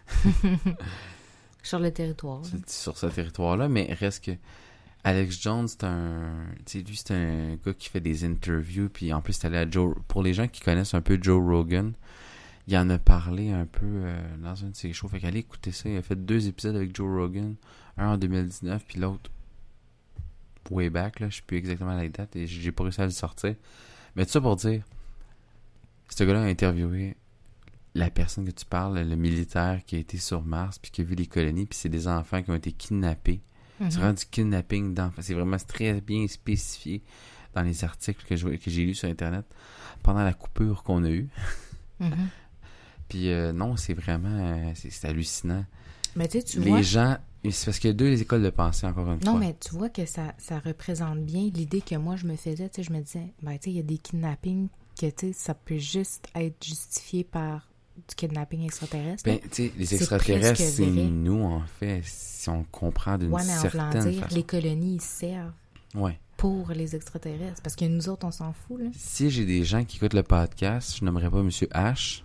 Sur le territoire. Là. Sur ce territoire-là, mais reste que Alex Jones, c'est un... Tu sais, lui, c'est un gars qui fait des interviews, puis en plus, c'est allé à Joe... Pour les gens qui connaissent un peu Joe Rogan, il en a parlé un peu euh, dans un de ses shows. Fait qu'allez écouter ça. Il a fait deux épisodes avec Joe Rogan, un en deux mille dix-neuf, puis l'autre way back, là, je sais plus exactement la date, et j'ai pas réussi à le sortir. Mais tout ça pour dire, ce gars-là a interviewé la personne que tu parles, le militaire qui a été sur Mars, puis qui a vu les colonies, puis c'est des enfants qui ont été kidnappés. Mm-hmm. C'est vraiment du kidnapping d'enfants. C'est vraiment très bien spécifié dans les articles que, je, que j'ai lus sur Internet pendant la coupure qu'on a eue. Mm-hmm. Puis euh, non, c'est vraiment... Euh, c'est, c'est hallucinant. Mais tu sais, tu les vois... gens... C'est parce qu'il y a deux écoles de pensée, encore une non, fois. Non, mais tu vois que ça, ça représente bien l'idée que moi, je me faisais. Tu sais, je me disais, ben, tu sais, il y a des kidnappings que, tu sais, ça peut juste être justifié par du kidnapping extraterrestre. Ben, tu sais, les extraterrestres, c'est, c'est nous, en fait, si on comprend d'une ouais, mais certaine en voulant dire, façon. Les colonies, ils servent ouais. pour les extraterrestres. Parce que nous autres, on s'en fout, là. Si j'ai des gens qui écoutent le podcast, je n'aimerais pas M. H,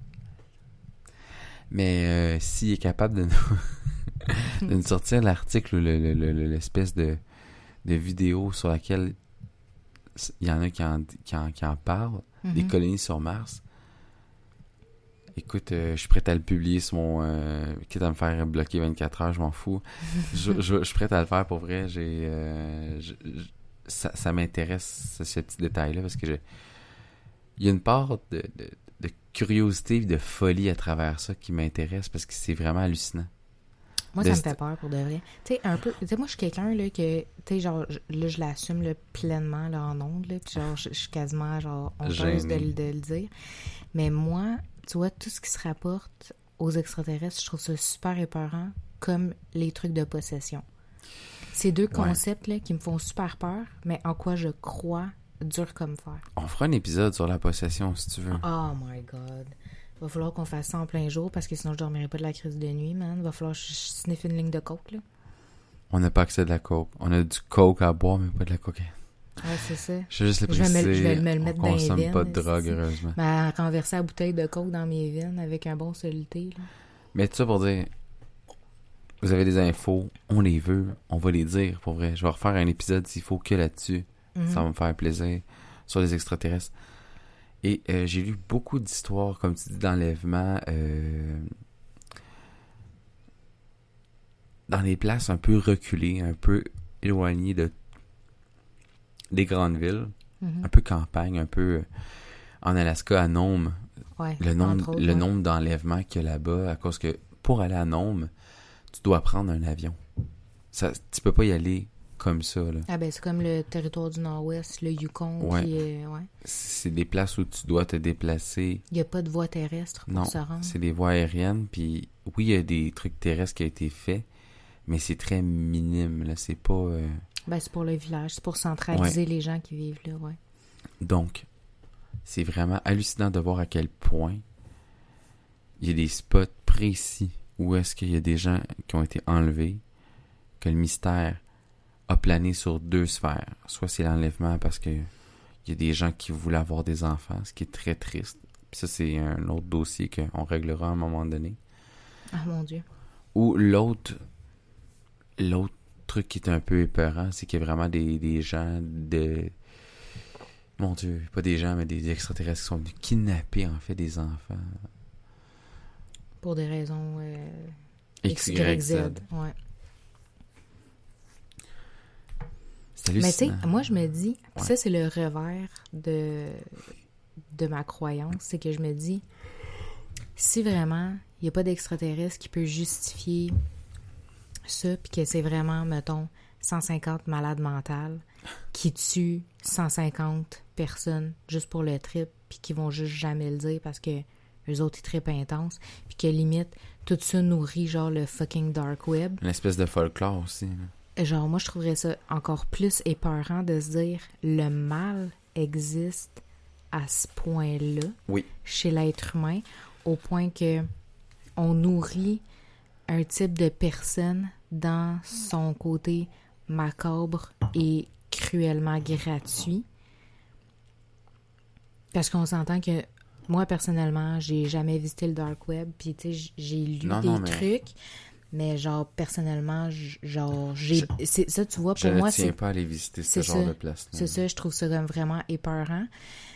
mais euh, s'il est capable de nous, de nous sortir l'article ou le, le, le, l'espèce de, de vidéo sur laquelle il y en a qui en, qui en, qui en parlent, mm-hmm. des colonies sur Mars, écoute, euh, je suis prêt à le publier sur mon... Euh, quitte à me faire bloquer vingt-quatre heures, je m'en fous. je, je, je suis prêt à le faire pour vrai. J'ai, euh, je, je, ça, ça m'intéresse, ce, ce petit détail-là, parce que je, il y a une part de, de, de curiosité et de folie à travers ça qui m'intéresse, parce que c'est vraiment hallucinant. Moi, de ça me fait peur, pour de vrai. Tu sais, un peu... Tu sais, moi, je suis quelqu'un, là, que... Tu sais, genre, là, je l'assume, là, pleinement, là, en ondes, là, puis genre, je, je suis quasiment, genre, honteuse de, de, de le dire. Mais moi... Tu vois, tout ce qui se rapporte aux extraterrestres, je trouve ça super épeurant, comme les trucs de possession. Ces deux concepts-là ouais. qui me font super peur, mais en quoi je crois dur comme fer. On fera un épisode sur la possession, si tu veux. Oh my God. Il va falloir qu'on fasse ça en plein jour, parce que sinon je dormirai pas de la crise de nuit, man. Il va falloir que je sniffe une ligne de coke, là. On n'a pas accès à de la coke. On a du coke à boire, mais pas de la cocaïne. Ouais, c'est ça. Je vais juste le préciser. Je vais me, je vais me le mettre dans les veines. On consomme pas de drogue, heureusement. Mais renverser la bouteille de coke dans mes veines avec un bon soluté, là. Mais tout ça pour dire, vous avez des infos, on les veut, on va les dire, pour vrai. Je vais refaire un épisode s'il faut que là-dessus. Mm-hmm. Ça va me faire plaisir. Sur les extraterrestres. Et euh, j'ai lu beaucoup d'histoires, comme tu dis, d'enlèvement, euh, dans des places un peu reculées, un peu éloignées de des grandes villes, mm-hmm. un peu campagne, un peu en Alaska, à Nome. Ouais, le nombre, autres, le ouais. nombre d'enlèvements qu'il y a là-bas, à cause que pour aller à Nome, tu dois prendre un avion. Ça, tu peux pas y aller comme ça, là. Ah ben c'est comme le territoire du Nord-Ouest, le Yukon, ouais. qui est... Ouais. C'est des places où tu dois te déplacer. Il n'y a pas de voie terrestre pour non, se rendre. C'est des voies aériennes, puis oui, il y a des trucs terrestres qui ont été faits, mais c'est très minime, là. C'est pas... Euh... Ben, c'est pour le village, c'est pour centraliser ouais. les gens qui vivent là, ouais. Donc, c'est vraiment hallucinant de voir à quel point il y a des spots précis où est-ce qu'il y a des gens qui ont été enlevés, que le mystère a plané sur deux sphères. Soit c'est l'enlèvement parce que il y a des gens qui voulaient avoir des enfants, ce qui est très triste. Puis ça, c'est un autre dossier qu'on réglera à un moment donné. Ah, mon Dieu. Ou l'autre, l'autre truc qui est un peu épeurant, c'est qu'il y a vraiment des, des gens de... Mon Dieu, pas des gens, mais des extraterrestres qui sont venus kidnapper, en fait, des enfants. Pour des raisons... Euh, X, Y, Z. Ouais. C'est hallucinant. Mais tu sais, moi, je me dis... Ouais. Ça, c'est le revers de, de ma croyance. C'est que je me dis... si vraiment il n'y a pas d'extraterrestre qui peut justifier ça, puis que c'est vraiment, mettons, cent cinquante malades mentales qui tuent cent cinquante personnes juste pour le trip, puis qui vont juste jamais le dire parce que eux autres, ils trippent intense, puis que limite, tout ça nourrit genre le fucking dark web. Une espèce de folklore aussi. Là. Genre, moi, je trouverais ça encore plus épeurant de se dire le mal existe à ce point-là, oui. chez l'être humain, au point que on nourrit un type de personne dans son côté macabre et cruellement gratuit. Parce qu'on s'entend que moi, personnellement, j'ai jamais visité le dark web, puis tu sais, j'ai lu non, des non, mais... trucs, mais genre, personnellement, genre, j'ai... Je... C'est, ça, tu vois, pour je moi, c'est... Je ne tiens c'est... pas à aller visiter ce c'est genre ça. de place. C'est ça, je trouve ça comme vraiment épeurant.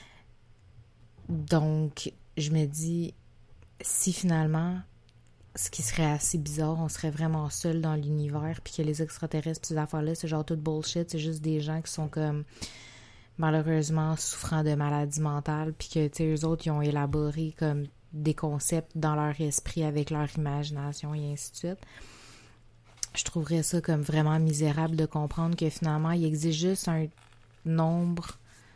Donc, je me dis, si finalement, ce qui serait assez bizarre, on serait vraiment seul dans l'univers, puis que les extraterrestres, puis ces affaires-là, c'est genre tout bullshit, c'est juste des gens qui sont comme... malheureusement souffrant de maladies mentales, puis que, tu sais, eux autres, ils ont élaboré comme des concepts dans leur esprit avec leur imagination et ainsi de suite. Je trouverais ça comme vraiment misérable de comprendre que finalement, il existe juste un nombre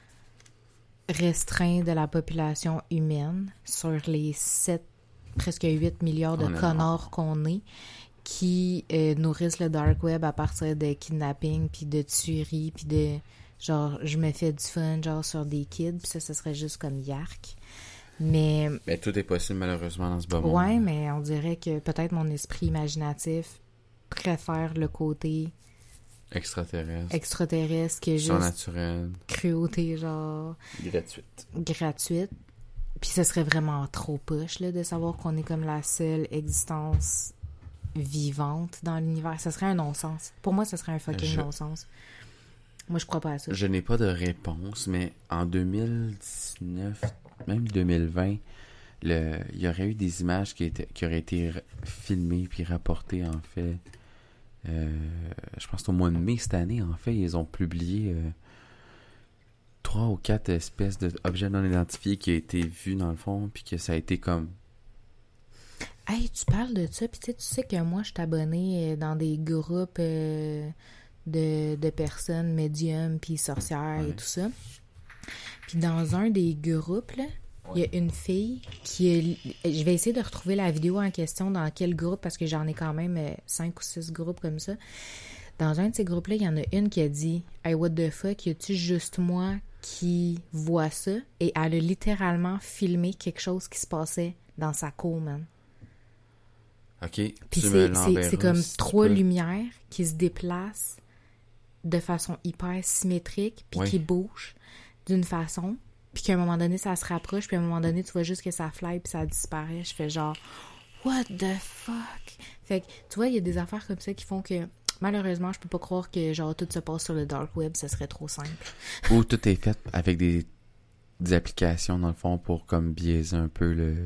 restreint de la population humaine sur les sept, presque huit milliards de connards qu'on est, qui euh, nourrissent le dark web à partir de kidnapping, puis de tueries, puis de... genre, je me fais du fun, genre, sur des kids, puis ça, ce serait juste comme yark. Mais... Mais tout est possible, malheureusement, dans ce bas monde. Ouais, mais on dirait que peut-être mon esprit imaginatif préfère le côté... extraterrestre. Extraterrestre que juste... surnaturel. Cruauté, genre... gratuite. Gratuite. Puis ce serait vraiment trop push, là, de savoir qu'on est comme la seule existence vivante dans l'univers. Ce serait un non-sens. Pour moi, ce serait un fucking je... non-sens. Moi, je crois pas à ça. Je n'ai pas de réponse, mais en deux mille dix-neuf, même deux mille vingt, le, il y aurait eu des images qui, étaient, qui auraient été filmées puis rapportées, en fait. Euh, je pense qu'au mois de mai cette année, en fait, ils ont publié euh, trois ou quatre espèces d'objets non identifiés qui ont été vus, dans le fond, puis que ça a été comme... Hey, tu parles de ça, puis tu sais, tu sais que moi, je suis abonnée dans des groupes... Euh... De, de personnes médiums puis sorcières ouais. et tout ça. Puis dans un des groupes, là, il ouais. y a une fille qui est... Je vais essayer de retrouver la vidéo en question dans quel groupe, parce que j'en ai quand même cinq ou six groupes comme ça. Dans un de ces groupes-là, il y en a une qui a dit « Hey, what the fuck, y a-tu juste moi qui vois ça? » Et elle a littéralement filmé quelque chose qui se passait dans sa cour, man. OK. Puis c'est, c'est, c'est comme si trois peux... lumières qui se déplacent de façon hyper symétrique, puis oui. qui bouge d'une façon, puis qu'à un moment donné, ça se rapproche, puis à un moment donné, tu vois juste que ça fly, puis ça disparaît. Je fais genre, what the fuck? Fait que, tu vois, il y a des affaires comme ça qui font que, malheureusement, je peux pas croire que, genre, tout se passe sur le dark web, ça serait trop simple. Ou tout est fait avec des, des applications, dans le fond, pour, comme, biaiser un peu le...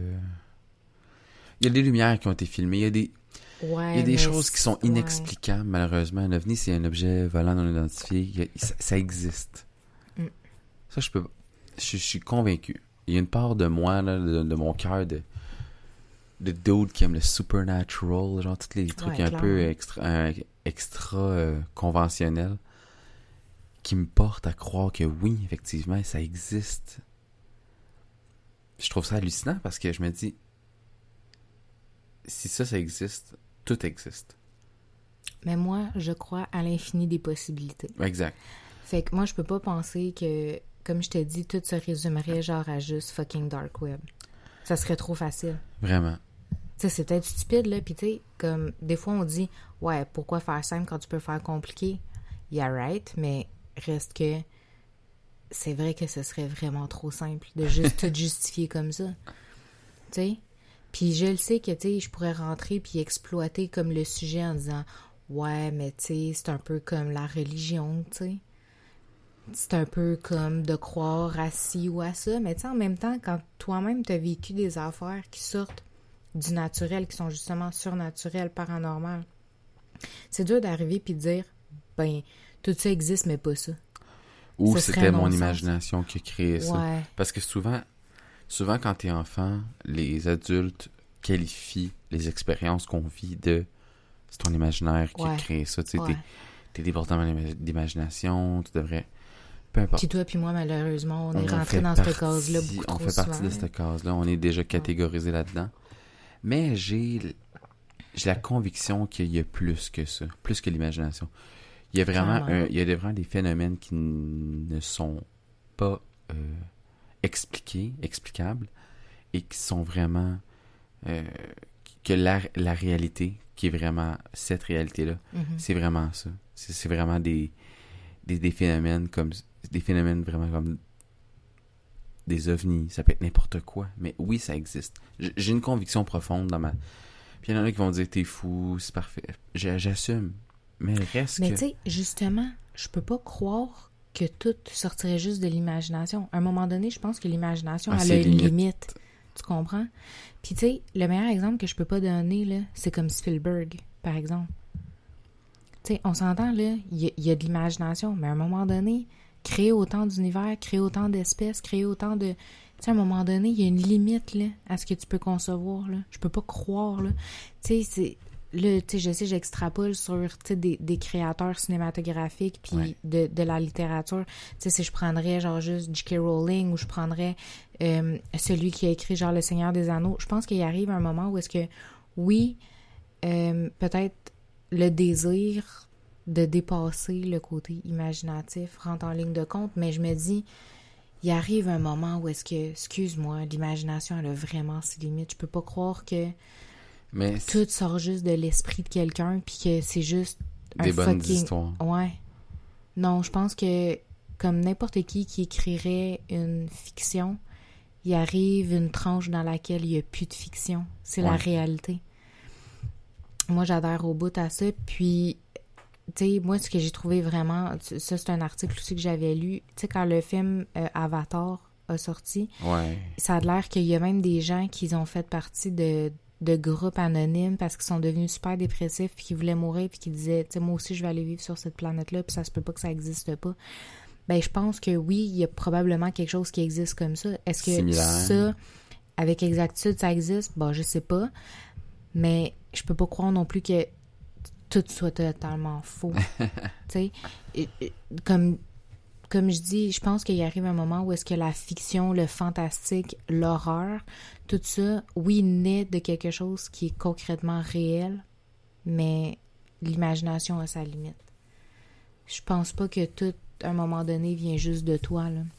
Il y a des lumières qui ont été filmées, il y a des... Ouais, il y a des mais choses qui sont inexplicables, ouais. malheureusement. Un ovni, c'est un objet volant non identifié. Il y a, ça, ça existe. Mm. Ça, je peux... Je, je suis convaincu. Il y a une part de moi, là, de, de mon cœur, de, de dude qui aime le supernatural, genre tous les trucs ouais, un peu extra, euh, extra euh, conventionnels, qui me portent à croire que oui, effectivement, ça existe. Je trouve ça hallucinant parce que je me dis, si ça, ça existe, tout existe. Mais moi, je crois à l'infini des possibilités. Exact. Fait que moi, je peux pas penser que, comme je te dis, tout se résumerait genre à juste fucking dark web. Ça serait trop facile. Vraiment. Tu sais, c'est peut-être stupide, là, pis tu sais, comme, des fois, on dit, ouais, pourquoi faire simple quand tu peux faire compliqué? Yeah, right, mais reste que c'est vrai que ce serait vraiment trop simple de juste tout justifier comme ça. Tu sais? Puis je le sais que, tu sais, je pourrais rentrer puis exploiter comme le sujet en disant « Ouais, mais tu sais, c'est un peu comme la religion, tu sais. C'est un peu comme de croire à ci ou à ça. » Mais tu sais, en même temps, quand toi-même t'as vécu des affaires qui sortent du naturel, qui sont justement surnaturelles, paranormales, c'est dur d'arriver puis de dire « Ben, tout ça existe, mais pas ça. » Ou ça c'était mon imagination qui a créé ça. Ouais. Parce que souvent... souvent, quand t'es enfant, les adultes qualifient les expériences qu'on vit de... C'est ton imaginaire qui Ouais. a créé ça. Tu sais, Ouais. t'es, t'es débordant d'imagination, tu devrais... Peu importe. Puis toi puis moi, malheureusement, on, on est rentré fait dans partie, cette case-là beaucoup On trop fait partie souvent, de là. cette case-là. On est déjà catégorisé là-dedans. Mais j'ai... J'ai la conviction qu'il y a plus que ça. Plus que l'imagination. Il y a vraiment, un, il y a vraiment des phénomènes qui n- ne sont pas euh, expliqués, explicables, et qui sont vraiment... Euh, que la, la réalité, qui est vraiment cette réalité-là, Mhm. c'est vraiment ça. C'est, c'est vraiment des, des, des phénomènes comme... Des phénomènes vraiment comme... Des ovnis, ça peut être n'importe quoi. Mais oui, ça existe. J- J'ai une conviction profonde dans ma... Puis il y en a qui vont dire, t'es fou, c'est parfait. J- J'assume. Mais reste Mais que... tu sais, justement, je peux pas croire que tout sortirait juste de l'imagination. À un moment donné, je pense que l'imagination, Ah, elle c'est a une limite. limite. Tu comprends? Puis tu sais, le meilleur exemple que je peux pas donner, là, c'est comme Spielberg, par exemple. Tu sais, on s'entend, là, il y, a- il y a de l'imagination, mais à un moment donné, créer autant d'univers, créer autant d'espèces, créer autant de... Tu sais, à un moment donné, il y a une limite, là, à ce que tu peux concevoir, là. Je peux pas croire, là. Tu sais, c'est... Là, tu sais, je sais, j'extrapole sur, tu sais, des, des créateurs cinématographiques puis Ouais. de, de la littérature. Tu sais, si je prendrais, genre, juste J K Rowling ou je prendrais euh, celui qui a écrit, genre, Le Seigneur des Anneaux, je pense qu'il arrive un moment où est-ce que, oui, euh, peut-être le désir de dépasser le côté imaginatif rentre en ligne de compte, mais je me dis, il arrive un moment où est-ce que, excuse-moi, l'imagination, elle a vraiment ses limites. Je peux pas croire que Mais c'est tout sort juste de l'esprit de quelqu'un puis que c'est juste un des bonnes fucking... histoires. Ouais. Non, je pense que comme n'importe qui qui écrirait une fiction, il arrive une tranche dans laquelle il n'y a plus de fiction. C'est la Ouais. réalité. Moi, j'adhère au bout à ça. Puis, tu sais, moi, ce que j'ai trouvé vraiment... Ça, c'est un article aussi que j'avais lu. Tu sais, quand le film euh, Avatar a sorti, Ouais. ça a l'air qu'il y a même des gens qui ont fait partie de, de groupes anonymes parce qu'ils sont devenus super dépressifs puis qui voulaient mourir puis qui disaient, tu sais, moi aussi, je vais aller vivre sur cette planète-là puis ça se peut pas que ça existe pas. Ben, je pense que oui, il y a probablement quelque chose qui existe comme ça. Est-ce que Similaire. ça, avec exactitude, ça existe? Bon, je sais pas. Mais je peux pas croire non plus que tout soit totalement faux. Tu sais, Et- et- comme... Comme je dis, je pense qu'il arrive un moment où est-ce que la fiction, le fantastique, l'horreur, tout ça, oui, naît de quelque chose qui est concrètement réel, mais l'imagination a sa limite. Je pense pas que tout, à un moment donné, vient juste de toi, là.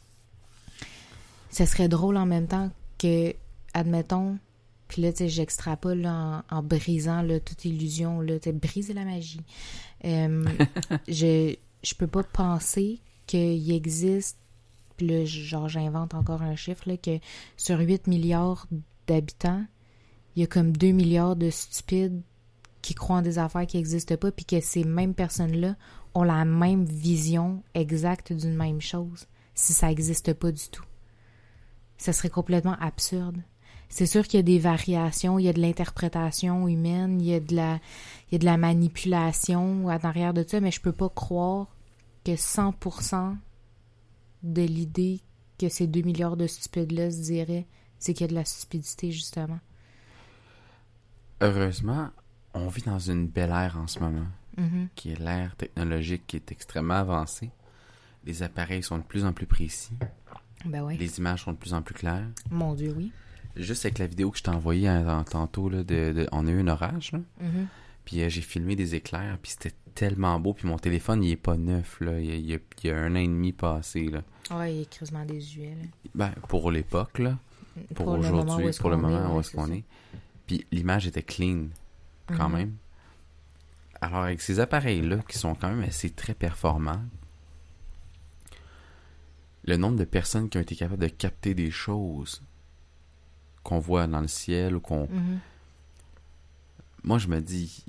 Ce serait drôle en même temps que, admettons, puis là, tu sais, j'extrapole là, en, en brisant là, toute illusion, là, tu sais, briser la magie. Euh, je, je peux pas penser qu'il existe, puis là, genre, j'invente encore un chiffre, là, que sur huit milliards d'habitants, il y a comme deux milliards de stupides qui croient en des affaires qui n'existent pas, puis que ces mêmes personnes-là ont la même vision exacte d'une même chose, si ça n'existe pas du tout. Ça serait complètement absurde. C'est sûr qu'il y a des variations, il y a de l'interprétation humaine, il y a de la, il y a de la manipulation en arrière de ça, mais je peux pas croire que cent pour cent de l'idée que ces deux milliards de stupides-là se diraient, c'est qu'il y a de la stupidité, justement. Heureusement, on vit dans une belle ère en ce moment, Mm-hmm. qui est l'ère technologique qui est extrêmement avancée. Les appareils sont de plus en plus précis. Ben oui. Les images sont de plus en plus claires. Mon Dieu, oui. Juste avec la vidéo que je t'ai envoyée hein, tantôt, là, de, de, on a eu un orage, là. Mm-hmm. Puis euh, j'ai filmé des éclairs, puis c'était tellement beau. Puis mon téléphone, il est pas neuf, là. Il y a, il y a, il y a un an et demi passé, là. Ouais, il est quasiment désuet, là. Ben, pour l'époque, là. Pour, Pour le moment où aujourd'hui, est-ce pour le qu'on moment est, où ouais, est-ce qu'on c'est est. Puis l'image était clean, quand Mhm. même. Alors, avec ces appareils-là, qui sont quand même assez très performants, le nombre de personnes qui ont été capables de capter des choses qu'on voit dans le ciel ou qu'on... Mhm. Moi, je me dis...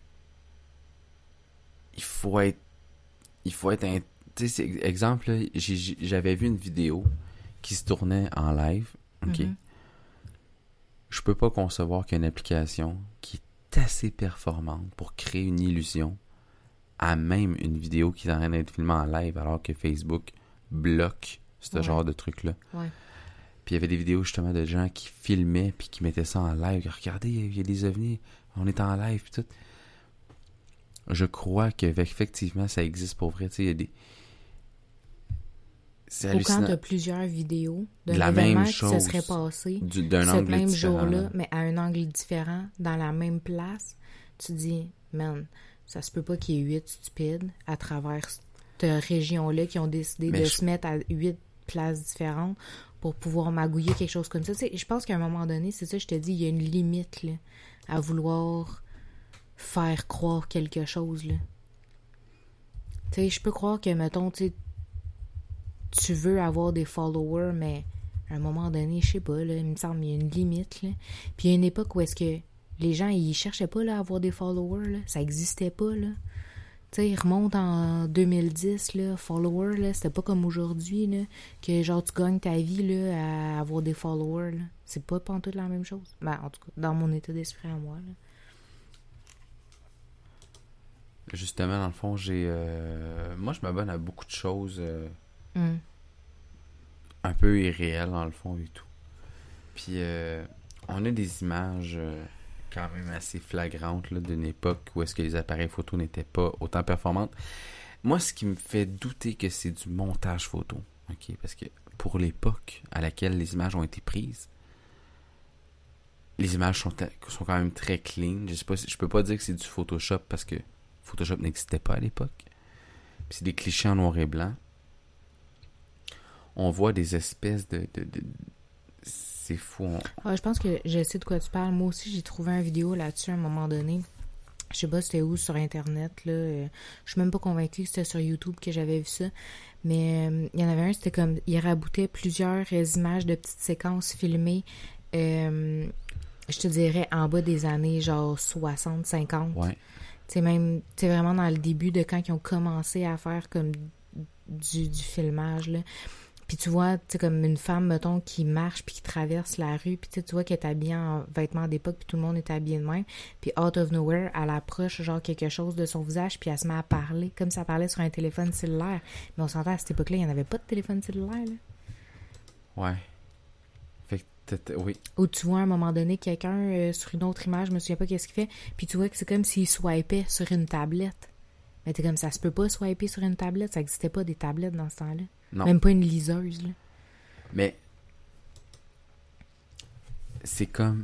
Il faut être... Il faut être... un- Tu sais, c'est- exemple, là, j'ai- j'ai- j'avais vu une vidéo qui se tournait en live, OK? Mhm. Je peux pas concevoir qu'il y a une application qui est assez performante pour créer une illusion à même une vidéo qui est en train d'être filmée en live alors que Facebook bloque ce Ouais. genre de truc-là. Ouais. Puis il y avait des vidéos justement de gens qui filmaient puis qui mettaient ça en live. Regardez, il y a des ovnis, on est en live puis tout. Je crois qu'effectivement, ça existe pour vrai. Tu sais, il y a des... C'est Ou hallucinant. quand tu as plusieurs vidéos de La l'événement même qui chose. se serait passé Du- d'un ce angle même différent, jour-là, là. mais à un angle différent, dans la même place, tu te dis, man, ça se peut pas qu'il y ait huit stupides à travers cette région-là qui ont décidé Mais de je- se mettre à huit places différentes pour pouvoir magouiller quelque chose comme ça. Tu sais, je pense qu'à un moment donné, c'est ça, je te dis, il y a une limite là, à vouloir faire croire quelque chose. Là. Tu sais, je peux croire que, mettons, tu sais, tu veux avoir des followers, mais à un moment donné, je sais pas, là, il me semble qu'il y a une limite. Là. Puis il y a une époque où est-ce que les gens, ils cherchaient pas là, à avoir des followers. Là. Ça existait pas. Là. Tu sais, ils remontent en deux mille dix, là, followers, là, c'était pas comme aujourd'hui, là, que genre tu gagnes ta vie là, à avoir des followers. Là. C'est pas pantoute la même chose. Ben, en tout cas, dans mon état d'esprit à moi. Là. Justement, dans le fond, j'ai... euh, Moi, je m'abonne à beaucoup de choses euh, Mm. un peu irréelles, dans le fond, et tout. Puis, euh, on a des images euh, quand même assez flagrantes là, d'une époque où est-ce que les appareils photo n'étaient pas autant performantes. Moi, ce qui me fait douter que c'est du montage photo, ok, parce que pour l'époque à laquelle les images ont été prises, les images sont, sont quand même très clean. Je sais pas, si- je peux pas dire que c'est du Photoshop parce que Photoshop n'existait pas à l'époque. Puis c'est des clichés en noir et blanc. On voit des espèces de... de, de... C'est fou. On... Ah, je pense que je sais de quoi tu parles. Moi aussi, j'ai trouvé une vidéo là-dessus à un moment donné. Je sais pas c'était où sur Internet. Là. Euh, Je suis même pas convaincue que c'était sur YouTube que j'avais vu ça. Mais euh, il y en avait un, c'était comme... Il raboutait plusieurs euh, images de petites séquences filmées. euh, je te dirais en bas des années genre soixante, cinquante. Ouais. Tu sais, même, tu sais, vraiment dans le début de quand ils ont commencé à faire comme du, du filmage, là. Puis tu vois, tu sais, comme une femme, mettons, qui marche puis qui traverse la rue, puis tu sais, tu vois qu'elle est habillée en vêtements d'époque, puis tout le monde est habillé de même. Puis out of nowhere, elle approche genre quelque chose de son visage, puis elle se met à parler, comme si elle parlait sur un téléphone cellulaire. Mais on s'entend, à cette époque-là, il n'y en avait pas de téléphone cellulaire, là. Ouais. Fait que, t'étais- oui. Ou tu vois à un moment donné quelqu'un euh, sur une autre image, je me souviens pas qu'est-ce qu'il fait, puis tu vois que c'est comme s'il swipait sur une tablette. Mais t'es comme, ça se peut pas swiper sur une tablette, ça n'existait pas des tablettes dans ce temps-là. Non. Même pas une liseuse, là. Mais c'est comme...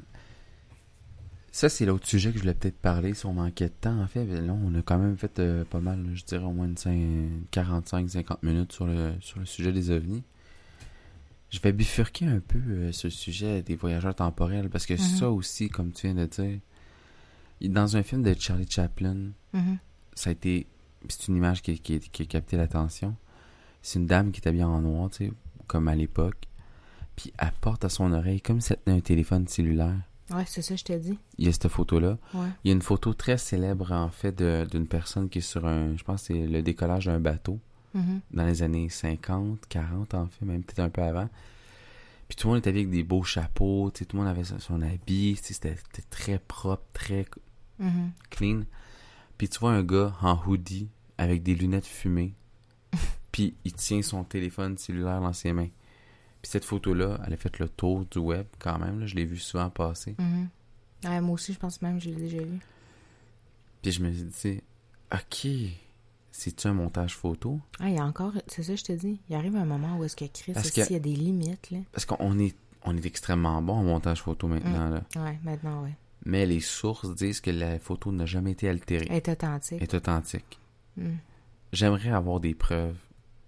Ça, c'est l'autre sujet que je voulais peut-être parler si on manquait de temps, en fait. Mais là, on a quand même fait euh, pas mal, je dirais au moins une quarante-cinq à cinquante minutes sur le, sur le sujet des ovnis. Je vais bifurquer un peu euh, sur le sujet des voyageurs temporels, parce que Mhm. ça aussi, comme tu viens de dire, dans un film de Charlie Chaplin, Mhm. ça a été... C'est une image qui, qui, qui a capté l'attention. C'est une dame qui est habillée en noir, tu sais, comme à l'époque. Puis elle porte à son oreille comme si elle tenait un téléphone cellulaire. Ouais, c'est ça, je t'ai dit. Il y a cette photo-là. Ouais. Il y a une photo très célèbre, en fait, de- d'une personne qui est sur un... Je pense que c'est le décollage d'un bateau Mhm. dans les années cinquante, quarante, en fait, même peut-être un peu avant. Puis tout le monde était habillé avec des beaux chapeaux, tu sais, tout le monde avait son son habit, tu sais, c'était c'était très propre, très Mhm. clean. Puis tu vois un gars en hoodie avec des lunettes fumées, puis il tient son téléphone cellulaire dans ses mains. Puis cette photo-là, elle a fait le tour du web quand même, là, je l'ai vu souvent passer. Mhm. Ouais, moi aussi, je pense même que je l'ai déjà vu. Puis je me suis dit, ok, c'est-tu un montage photo? Ah, il y a encore... C'est ça, je te dis. Il arrive un moment où est-ce que Chris, Parce aussi, que- il y a des limites, là. Parce qu'on est, on est extrêmement bon en montage photo maintenant, là. Ouais, maintenant, ouais. Mais les sources disent que la photo n'a jamais été altérée. Elle est authentique. Est authentique. Mm. J'aimerais avoir des preuves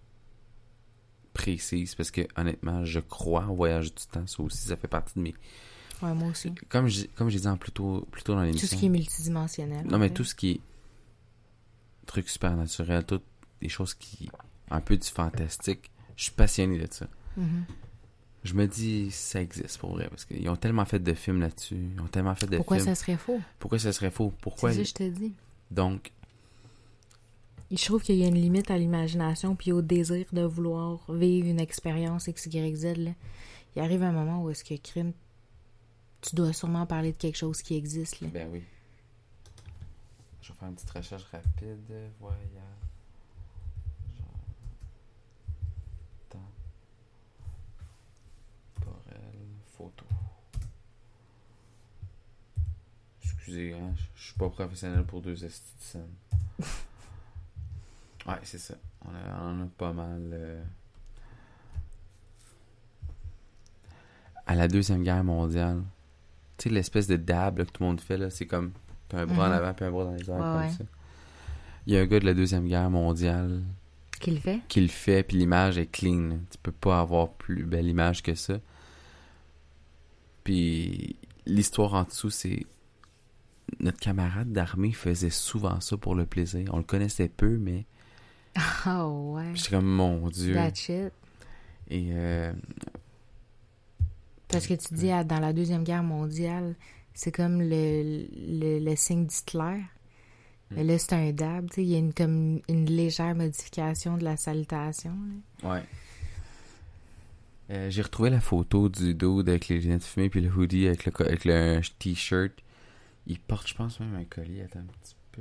précises parce que honnêtement, je crois au voyage du temps. Ça aussi, ça fait partie de mes... Ouais, moi aussi. Comme j'ai comme j'ai dit en plus tôt, plus tôt dans l'émission. Tout ce qui est multidimensionnel. Non, en mais fait. tout ce qui est trucs supernaturels, toutes des choses qui... un peu du fantastique. Je suis passionné de ça. Mhm. Je me dis, ça existe pour vrai. Parce qu'ils ont tellement fait de films là-dessus. Ils ont tellement fait de Pourquoi films. ça serait faux? Pourquoi ça serait faux? Pourquoi... C'est ça, je te dis. Donc, Je trouve qu'il y a une limite à l'imagination puis au désir de vouloir vivre une expérience X Y Z. Là. Il arrive un moment où est-ce que crime, tu dois sûrement parler de quelque chose qui existe. Là. ben oui. Je vais faire une petite recherche rapide. Voyage. Temps. excusez, hein, je suis pas professionnel pour deux esti de scènes. Ouais, c'est ça. On, a, on en a pas mal. Euh... À la Deuxième Guerre mondiale, tu sais, l'espèce de dab là, que tout le monde fait, là, c'est comme t'as un bras mm-hmm. en avant puis un bras dans les airs, ouais, comme ouais. ça. Il y a un gars de la Deuxième Guerre mondiale qui le fait, qui le fait, puis l'image est clean. Là. Tu peux pas avoir plus belle image que ça. Puis l'histoire en dessous, c'est notre camarade d'armée faisait souvent ça pour le plaisir. On le connaissait peu, mais oh ouais. J'étais comme mon Dieu. That's shit. Et euh... parce que tu dis dans la Deuxième Guerre mondiale, c'est comme le, le, le signe d'Hitler. Mais là, c'est un dab, tu sais, il y a une, comme une légère modification de la salutation. Là. Ouais. Euh, j'ai retrouvé la photo du dude avec les lunettes fumées puis le hoodie avec le, avec le t-shirt. Il porte, je pense, même un collier. Attends un petit peu.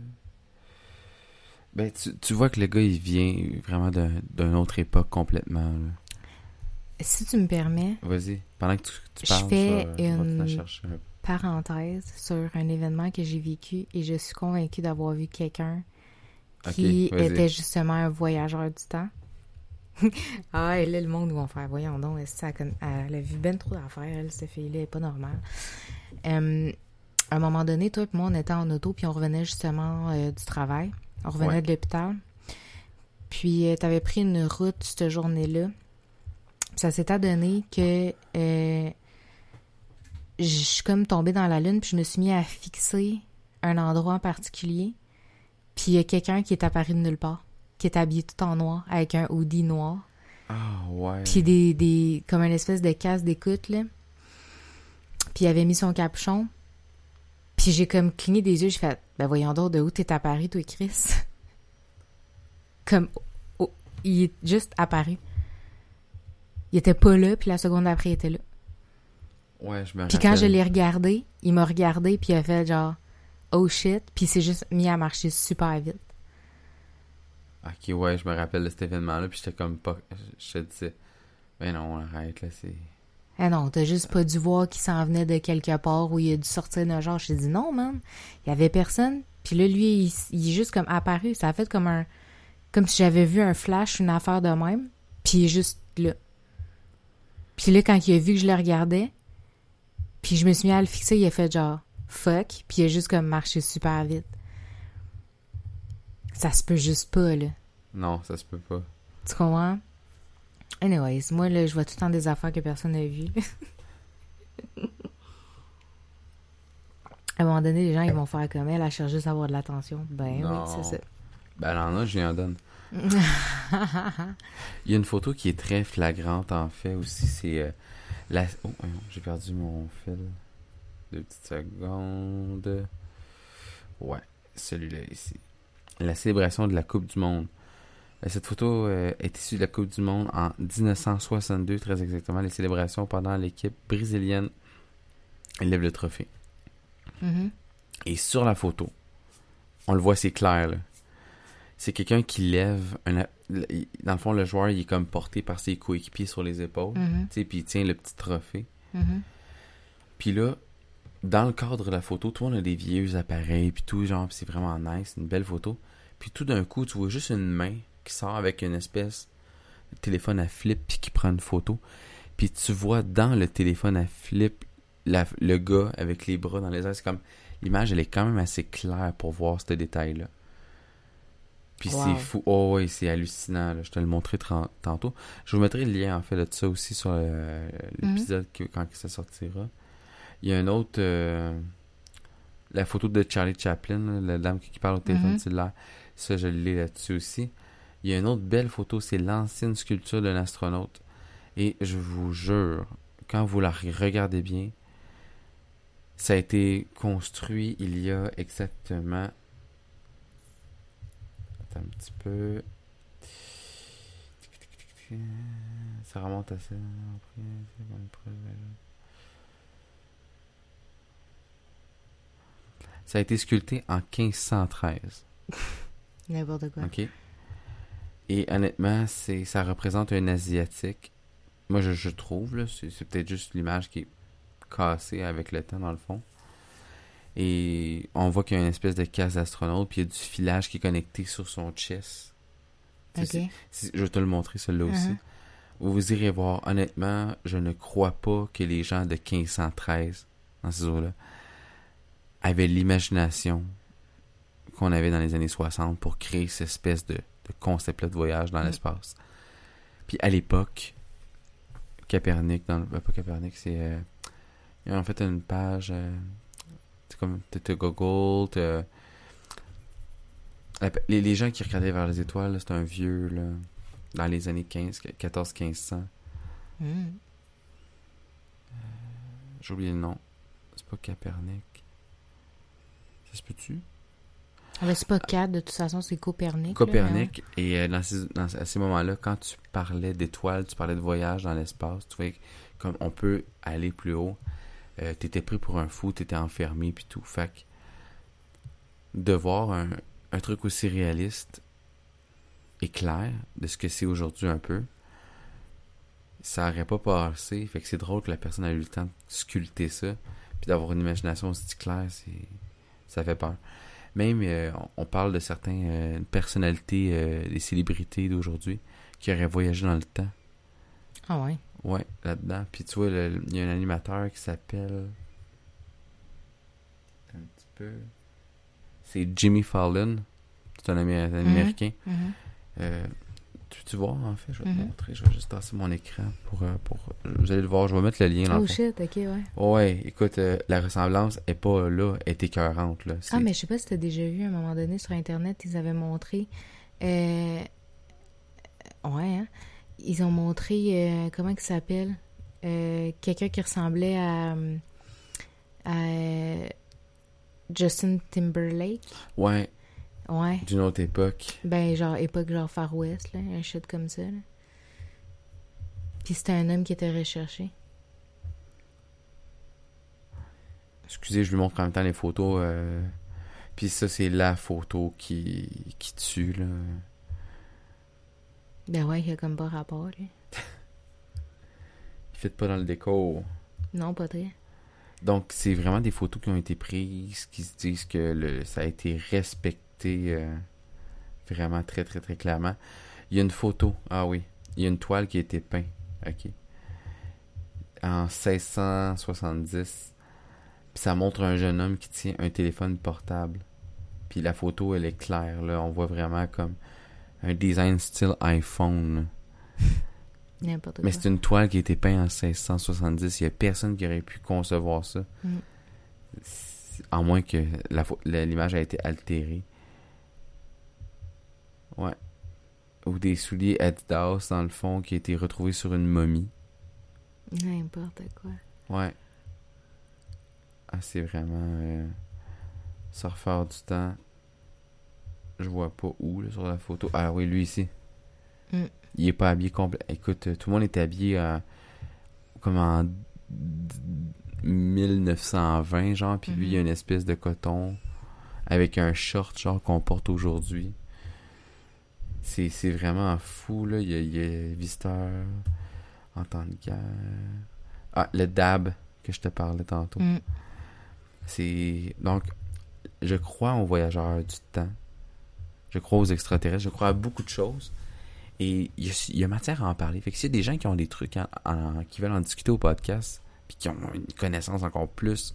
Ben, tu, tu vois que le gars, il vient vraiment d'un, d'une autre époque complètement. Là. Si tu me permets... Vas-y, pendant que tu, tu parles, je fais ça, une je chercher un... parenthèse sur un événement que j'ai vécu et je suis convaincue d'avoir vu quelqu'un qui okay, était justement un voyageur du temps. Ah, et là, le monde va faire, voyons donc, ça, elle a vu ben trop d'affaires, elle, cette fille-là, elle est pas normale. Euh, à un moment donné, toi et moi, on était en auto, puis on revenait justement euh, du travail. On revenait ouais. de l'hôpital. Puis, euh, t'avais pris une route cette journée-là. Puis ça s'est adonné que euh, je suis comme tombée dans la lune, puis je me suis mis à fixer un endroit en particulier. Puis il y a quelqu'un qui est apparu de nulle part, qui est habillé tout en noir, avec un hoodie noir. Ah, ouais. Puis des, des, comme une espèce de casque d'écoute, là. Puis il avait mis son capuchon. Puis j'ai comme cligné des yeux, j'ai fait, ben voyons donc, de où t'es apparu, toi, Chris? Comme, oh, il est juste apparu. Il était pas là, puis la seconde après, il était là. Ouais, je me Puis rappelle. quand je l'ai regardé, il m'a regardé, puis il a fait genre, oh shit, puis il s'est juste mis à marcher super vite. Ok, ouais, je me rappelle de cet événement-là, puis j'étais comme pas... Je te disais, ben non, arrête, là, c'est... Eh non, t'as juste pas dû voir qu'il s'en venait de quelque part où il a dû sortir d'un genre. J'ai dit non, man. Il y avait personne. Puis là, lui, il, il est juste comme apparu. Ça a fait comme un... Comme si j'avais vu un flash, une affaire de même. Puis il est juste là. Puis là, quand il a vu que je le regardais, puis je me suis mis à le fixer, il a fait genre fuck. Puis il a juste comme marché super vite. Ça se peut juste pas, là. Non, ça se peut pas. Tu comprends? Anyways, moi, là, je vois tout le temps des affaires que personne n'a vues. À un moment donné, les gens, ils vont faire comme elle, elle cherche juste à avoir de l'attention. Ben non. oui, c'est ça. Ben, elle en a, je lui en donne. Il y a une photo qui est très flagrante, en fait, aussi. C'est euh, la... Oh, j'ai perdu mon fil. Deux petites secondes. Ouais, celui-là, ici. La célébration de la Coupe du Monde. Cette photo euh, est issue de la Coupe du Monde en dix-neuf cent soixante-deux, très exactement. Les célébrations pendant l'équipe brésilienne lève le trophée. Mm-hmm. Et sur la photo, on le voit, c'est clair, là. C'est quelqu'un qui lève... Un, dans le fond, le joueur, il est comme porté par ses coéquipiers sur les épaules. Mm-hmm. Tu sais, puis il tient le petit trophée. Mm-hmm. Puis là, dans le cadre de la photo, tout le monde a des vieux appareils, puis tout, genre, pis c'est vraiment nice, une belle photo. Puis tout d'un coup, tu vois juste une main qui sort avec une espèce de téléphone à flip puis qui prend une photo. Puis tu vois dans le téléphone à flip la, le gars avec les bras dans les airs. C'est comme... L'image, elle est quand même assez claire pour voir ce détail-là. Puis wow. C'est fou. Oh oui, c'est hallucinant. Là. Je te le montrerai tra- tantôt. Je vous mettrai le lien, en fait, de ça aussi sur le, l'épisode mm-hmm. que, quand ça sortira. Il y a un autre... Euh, la photo de Charlie Chaplin, là, la dame qui parle au téléphone mm-hmm. cellulaire. Ça, je l'ai là-dessus aussi. Il y a une autre belle photo, c'est l'ancienne sculpture d'un astronaute. Et je vous jure, quand vous la regardez bien, ça a été construit il y a exactement... Attends un petit peu... Ça remonte à ça. Ça a été sculpté en quinze cent treize. N'importe quoi. OK. Et honnêtement, c'est, ça représente un Asiatique. Moi, je, je trouve, là, c'est, c'est peut-être juste l'image qui est cassée avec le temps, dans le fond. Et on voit qu'il y a une espèce de case d'astronaute, puis il y a du filage qui est connecté sur son chest. Ok. C'est, c'est, je vais te le montrer, celui-là aussi. Uh-huh. Vous irez voir. Honnêtement, je ne crois pas que les gens de quinze cent treize, dans ces eaux-là, avaient l'imagination qu'on avait dans les années soixante pour créer cette espèce de, de concept-là de voyage dans Mm. l'espace. Puis à l'époque, Copernic, dans le, ben, pas Copernic, c'est... Euh, ils ont en fait une page... Euh, c'est comme... T'as, t'as Google, t'as... Les, les gens qui regardaient vers les étoiles, là, c'est un vieux, là, dans les années quinze, quatorze quinze cents. Mm. Euh, j'ai oublié le nom. C'est pas Copernic. Ça se peut-tu? Mais c'est pas quatre, de toute façon, c'est Copernic. Copernic. Là, et euh, dans ces, dans, à ces moments-là, quand tu parlais d'étoiles, tu parlais de voyage dans l'espace, tu voyais comme on peut aller plus haut. Euh, t'étais pris pour un fou, t'étais enfermé, puis tout. Fait que de voir un, un truc aussi réaliste et clair de ce que c'est aujourd'hui un peu, ça aurait pas passé. Fait que c'est drôle que la personne ait eu le temps de sculpter ça, puis d'avoir une imagination aussi claire, c'est, ça fait peur. Même, euh, on parle de certaines euh, personnalités, euh, des célébrités d'aujourd'hui, qui auraient voyagé dans le temps. Ah ouais? Ouais, là-dedans. Puis tu vois, il y a un animateur qui s'appelle... Un petit peu... C'est Jimmy Fallon. C'est un, Amé- un Mm-hmm. Américain. Mm-hmm. Euh, tu, tu vois, en fait, je vais Mm-hmm. te montrer. Je vais juste passer mon écran pour, euh, pour... Vous allez le voir, je vais mettre le lien. Dans Oh le fond. shit, ok, ouais. Ouais, écoute, euh, la ressemblance est pas là, elle est écœurante, là. C'est... Ah, mais je sais pas si t'as déjà vu, à un moment donné, sur Internet, ils avaient montré... Euh... Ouais, hein? Ils ont montré, euh, comment il s'appelle? Euh, quelqu'un qui ressemblait à... à euh, Justin Timberlake. Ouais, Ouais. d'une autre époque. Ben, genre, époque genre Far West, là, un shit comme ça, là. Puis c'était un homme qui était recherché. Excusez, je lui montre en même temps les photos. Euh... Puis ça, c'est la photo qui, qui tue, là. Ben ouais, il y a comme pas rapport, là. Il fit pas dans le décor. Non, pas très. Donc, c'est vraiment des photos qui ont été prises, qui se disent que le, ça a été respecté euh, vraiment très, très, très clairement. Il y a une photo, ah oui, il y a une toile qui a été peinte, ok, en seize cent soixante-dix. Puis ça montre un jeune homme qui tient un téléphone portable. Puis la photo, elle est claire, là. On voit vraiment comme un design style iPhone. N'importe quoi. Mais c'est une toile qui a été peinte en seize cent soixante-dix. Il n'y a personne qui aurait pu concevoir ça. Mm. En moins que la, la, l'image a été altérée. Ouais. Ou des souliers Adidas, dans le fond, qui a été retrouvé sur une momie. N'importe quoi. Ouais. Ah, c'est vraiment... Euh, surfeur du temps. Je vois pas où, là, sur la photo. Ah oui, lui ici. Mm. Il est pas habillé complet. Écoute, tout le monde est habillé euh, comme en mille neuf cent vingt, genre, puis mm-hmm. lui, il a une espèce de coton avec un short, genre, qu'on porte aujourd'hui. C'est, c'est vraiment fou, là. Il y a, il y a visiteur en temps de guerre. Ah, le dab que je te parlais tantôt. Mm. C'est... Donc, je crois aux voyageurs du temps. Je crois aux extraterrestres. Je crois à beaucoup de choses. Et il y, a, il y a matière à en parler. Fait que s'il y a des gens qui ont des trucs en, en, qui veulent en discuter au podcast, puis qui ont une connaissance encore plus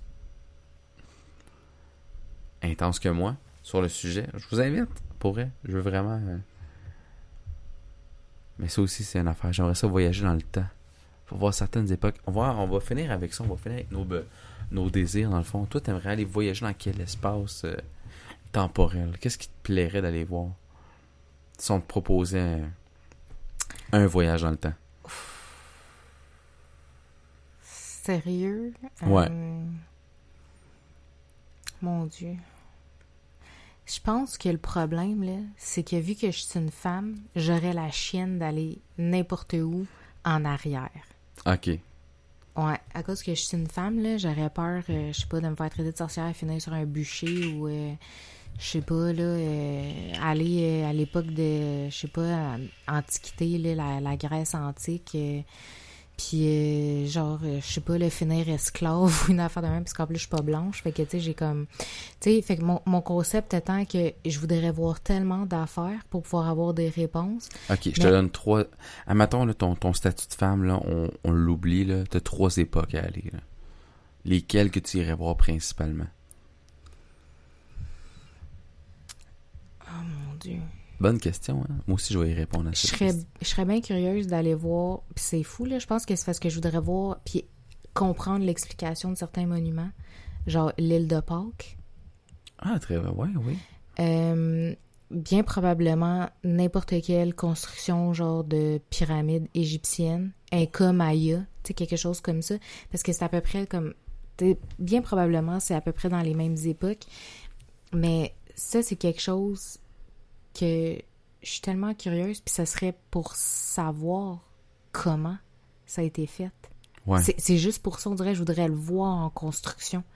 intense que moi sur le sujet, je vous invite. Pour vrai, je veux vraiment... Euh... Mais ça aussi, c'est une affaire. J'aimerais ça voyager dans le temps. Pour voir certaines époques. On va, on va finir avec ça. On va finir avec nos, nos désirs, dans le fond. Toi, t'aimerais aller voyager dans quel espace euh, temporel? Qu'est-ce qui te plairait d'aller voir? Si on te proposait... Un, Un voyage dans le temps. Sérieux? Ouais. Euh... Mon Dieu. Je pense que le problème, là, c'est que vu que je suis une femme, j'aurais la chienne d'aller n'importe où en arrière. OK. Ouais, à cause que je suis une femme, là, j'aurais peur, euh, je sais pas, de me faire traiter de sorcière et finir sur un bûcher ou... Euh, je sais pas, là, euh, aller euh, à l'époque de, je sais pas, antiquité, là, la, la Grèce antique, euh, Puis, euh, genre, euh, je sais pas, le finir esclave ou une affaire de même, parce qu'en plus, je suis pas blanche. Fait que, tu sais, j'ai comme... Tu sais, fait que mon, mon concept étant que je voudrais voir tellement d'affaires pour pouvoir avoir des réponses. OK, je Mais... te donne trois... Admettons, là, ton, ton statut de femme, là, on, on l'oublie, là. T'as trois époques à aller, là. Lesquelles que tu irais voir principalement? Oh, mon Dieu... Bonne question, hein? Moi aussi, je vais y répondre à Je cette serais, question. je serais bien curieuse d'aller voir, puis c'est fou, là, je pense que c'est parce que je voudrais voir, puis comprendre l'explication de certains monuments, genre l'île de Pâques. Ah, très bien, ouais, oui. Euh, bien probablement n'importe quelle construction, genre de pyramide égyptienne, Inca, Maya, tu sais, quelque chose comme ça, parce que c'est à peu près comme, bien probablement, c'est à peu près dans les mêmes époques, mais ça, c'est quelque chose que je suis tellement curieuse, puis ça serait pour savoir comment ça a été fait. Ouais. C'est, c'est juste pour ça, on dirait, je voudrais le voir en construction.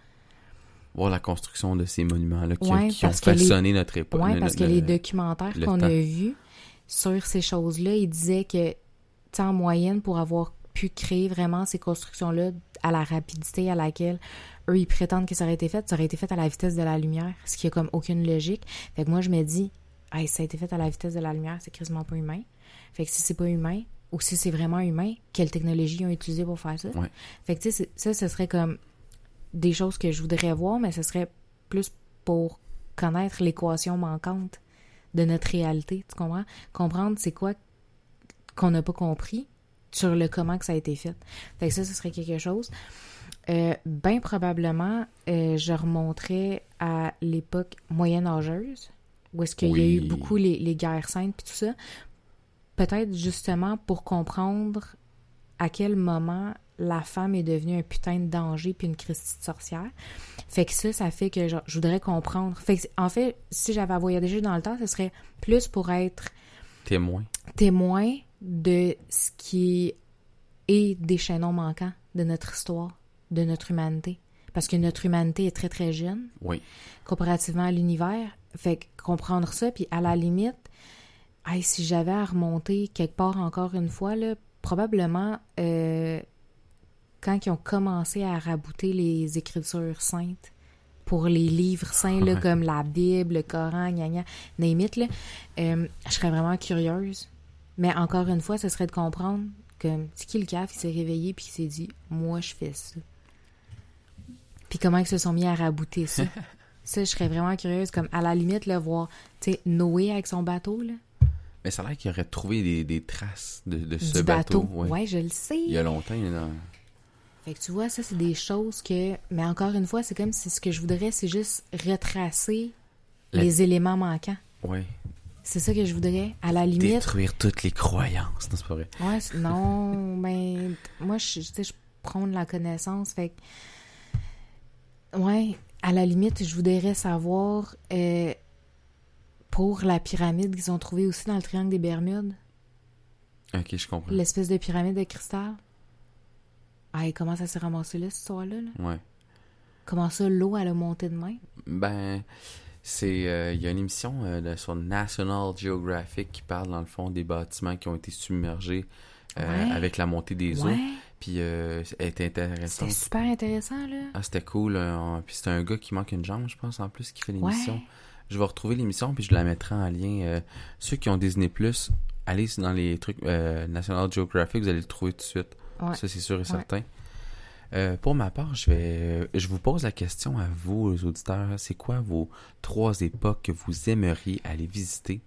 Voir la construction de ces monuments-là qui, Ouais, qui ont parce que façonné les... notre époque. Oui, le- parce que le- les documentaires le qu'on temps. a vus sur ces choses-là, ils disaient que, tu sais, en moyenne, pour avoir pu créer vraiment ces constructions-là à la rapidité à laquelle eux, ils prétendent que ça aurait été fait, ça aurait été fait à la vitesse de la lumière, ce qui a comme aucune logique. Fait que moi, je me dis... Hey, ça a été fait à la vitesse de la lumière, c'est quasiment pas humain. Fait que si c'est pas humain, ou si c'est vraiment humain, quelle technologie ils ont utilisé pour faire ça? Ouais. Fait que tu sais, ça, ce serait comme des choses que je voudrais voir, mais ce serait plus pour connaître l'équation manquante de notre réalité, tu comprends? Comprendre c'est quoi qu'on n'a pas compris sur le comment que ça a été fait. Fait que ça, ce serait quelque chose. Euh, ben probablement, euh, je remonterais à l'époque moyenâgeuse, où est-ce qu'il Oui. y a eu beaucoup les, les guerres saintes puis tout ça, peut-être justement pour comprendre à quel moment la femme est devenue un putain de danger puis une Christie de sorcière. Fait que ça, ça fait que genre, je voudrais comprendre. Fait que, en fait, si j'avais à voyager dans le temps, ce serait plus pour être Témoin. témoin de ce qui est des chaînons manquants de notre histoire, de notre humanité. Parce que notre humanité est très, très jeune, Oui. comparativement à l'univers. Fait que comprendre ça, puis à la limite, hey, si j'avais à remonter quelque part encore une fois, là, probablement euh, quand ils ont commencé à rabouter les Écritures saintes pour les livres saints, là, Ouais. comme la Bible, le Coran, gna gna, name it, là, euh, je serais vraiment curieuse. Mais encore une fois, ce serait de comprendre que c'est qui le caf, il s'est réveillé puis il s'est dit « Moi, je fais ça ». Puis comment ils se sont mis à rabouter ça. Ça, je serais vraiment curieuse, comme à la limite, là, voir, tu sais, Noé avec son bateau, là. Mais ça a l'air qu'il aurait trouvé des, des traces de, de ce Du bateau. bateau. Ouais. Ouais, je le sais. Il y a longtemps. Il y a... Fait que tu vois, ça, c'est des choses que... Mais encore une fois, c'est comme si ce que je voudrais, c'est juste retracer La- les éléments manquants. Ouais. C'est ça que je voudrais. À la limite... Détruire toutes les croyances. Non, c'est pas vrai. Ouais, c'est- non, ben... Moi, je, tu sais, je prône la connaissance, fait que... Ouais, à la limite, je voudrais savoir... euh, pour la pyramide qu'ils ont trouvée aussi dans le triangle des Bermudes, Ok, je comprends. l'espèce de pyramide de cristal. Ah, et comment ça s'est ramassé là, cette histoire-là? Là? Ouais. Comment ça, l'eau, elle a monté de main? Ben, c'est... euh, il y a une émission euh, de- sur National Geographic qui parle, dans le fond, des bâtiments qui ont été submergés euh, Ouais. avec la montée des eaux. Ouais, Puis, euh, elle était intéressante. c'était super intéressant, là. Ah, c'était cool. euh, puis c'est un gars qui manque une jambe, je pense, en plus, qui fait l'émission. Ouais. Je vais retrouver l'émission, puis je la mettrai en lien. Euh, ceux qui ont Disney+, allez dans les trucs euh, National Geographic, vous allez le trouver tout de suite. Ouais. Ça, c'est sûr et certain. Euh, pour ma part, je vais, je vous pose la question à vous, les auditeurs. C'est quoi vos trois époques que vous aimeriez aller visiter?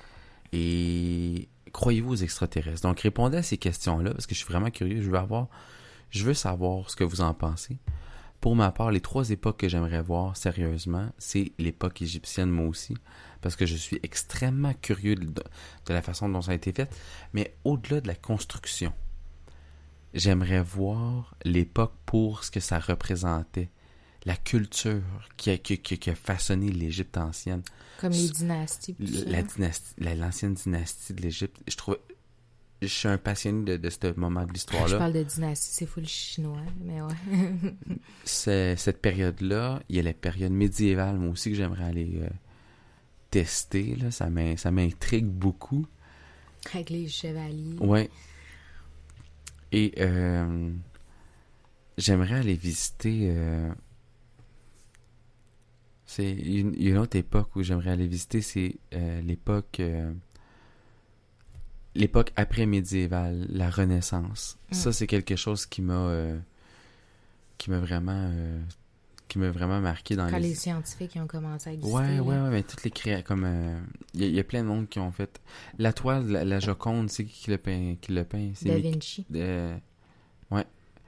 Et croyez-vous aux extraterrestres? Donc, répondez à ces questions-là, parce que je suis vraiment curieux. Je veux avoir, je veux savoir ce que vous en pensez. Pour ma part, les trois époques que j'aimerais voir sérieusement, c'est l'époque égyptienne, moi aussi, parce que je suis extrêmement curieux de, de la façon dont ça a été fait. Mais au-delà de la construction, j'aimerais voir l'époque pour ce que ça représentait, la culture qui a, qui, qui- qui a façonné l'Égypte ancienne, Comme les dynasties. pis tout ça. la dynastie, la- l'ancienne dynastie de l'Égypte. Je trouve, je suis un passionné de, de ce moment de Je l'histoire-là. parle de dynastie, c'est full chinois, mais ouais. C'est- cette période-là, il y a la période médiévale, moi aussi, que j'aimerais aller euh, tester. Là. Ça m'in- ça m'intrigue beaucoup. Avec les chevaliers. Ouais. Et euh, j'aimerais aller visiter... Euh, c'est une, une autre époque où j'aimerais aller visiter, c'est euh, l'époque... Euh, l'époque après-médiévale, la Renaissance. Mm. Ça, c'est quelque chose qui m'a... Euh, qui m'a vraiment... Euh, qui m'a vraiment marqué dans Quand les... les scientifiques ont commencé à exister. Ouais, ouais, ouais, mais toutes les créa... comme il euh, y, y a plein de monde qui ont fait la toile, la, la Joconde, c'est qui le peint, qui le peint, c'est Da Mick... Vinci. Euh... Ouais.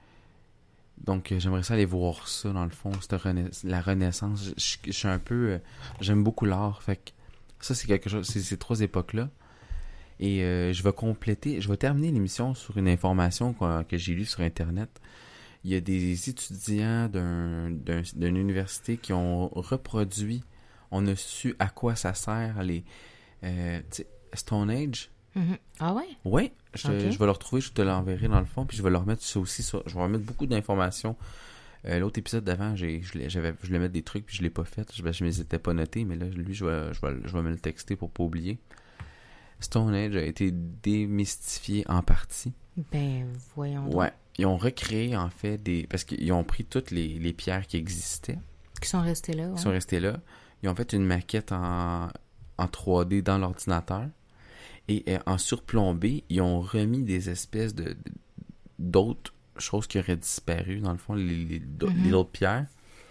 Donc euh, j'aimerais ça aller voir ça dans le fond, cette rena... la Renaissance. Je, je, je suis un peu, euh, j'aime beaucoup l'art, fait que ça c'est quelque chose, c'est ces trois époques là. Et euh, je vais compléter, je vais terminer l'émission sur une information que, que j'ai lue sur internet. Il y a des étudiants d'un, d'un, d'une université qui ont reproduit, on a su à quoi ça sert, les euh, Stone Age. Mm-hmm. Ah ouais? Oui, je, okay. je vais le retrouver, je te l'enverrai dans le fond, puis je vais leur mettre ça aussi, sur, je vais leur mettre beaucoup d'informations. Euh, l'autre épisode d'avant, j'ai, je, j'avais, je voulais mettre des trucs, puis je ne l'ai pas fait, je ne je les étais pas notés, mais là, lui, je vais, je, vais, je vais me le texter pour ne pas oublier. Stone Age a été démystifié en partie. Ben, voyons donc. Ouais. Ils ont recréé, en fait, des... Parce qu'ils ont pris toutes les, les pierres qui existaient. Qui sont restées là, ouais. Qui sont restées là. Ils ont fait une maquette en, en trois D dans l'ordinateur. Et euh, en surplombé, ils ont remis des espèces de... d'autres choses qui auraient disparu, dans le fond, les, les, mm-hmm. les autres pierres.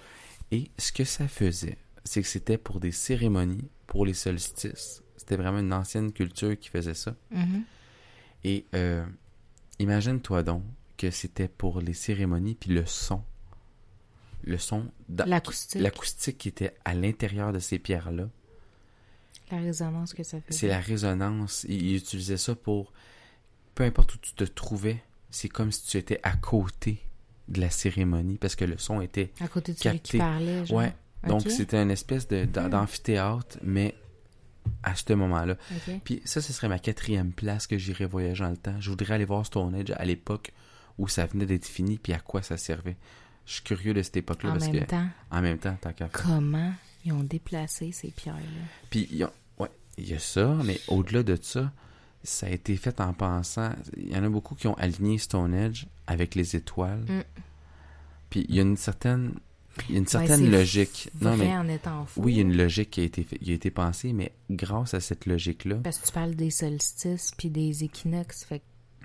Et ce que ça faisait, c'est que c'était pour des cérémonies, pour les solstices. C'était vraiment une ancienne culture qui faisait ça. Mm-hmm. Et euh, imagine-toi donc que c'était pour les cérémonies, puis le son. Le son... L'acoustique. L'acoustique qui était à l'intérieur de ces pierres-là. La résonance que ça faisait. C'est la résonance. Ils, ils utilisaient ça pour... Peu importe où tu te trouvais, c'est comme si tu étais à côté de la cérémonie, parce que le son était à côté de capté. Celui qui parlait, genre. Ouais. Okay. Donc, c'était une espèce de, de, d'amphithéâtre, mais à ce moment-là. Okay. Puis ça, ce serait ma quatrième place que j'irais voyager dans le temps. Je voudrais aller voir Stone Age à l'époque où ça venait d'être fini, puis à quoi ça servait. Je suis curieux de cette époque-là. En parce même que, temps. En même temps, tant qu'à faire. Comment ils ont déplacé ces pierres-là? Puis, ils ont, ouais, il y a ça, mais au-delà de ça, ça a été fait en pensant... Il y en a beaucoup qui ont aligné Stone Age avec les étoiles. Mm. Puis, il y a une certaine... Il y a une certaine ouais, logique. Vrai non, mais, en étant fou. Oui, il y a une logique qui a été, qui a été pensée, mais grâce à cette logique-là... Parce que tu parles des solstices puis des équinoxes, fait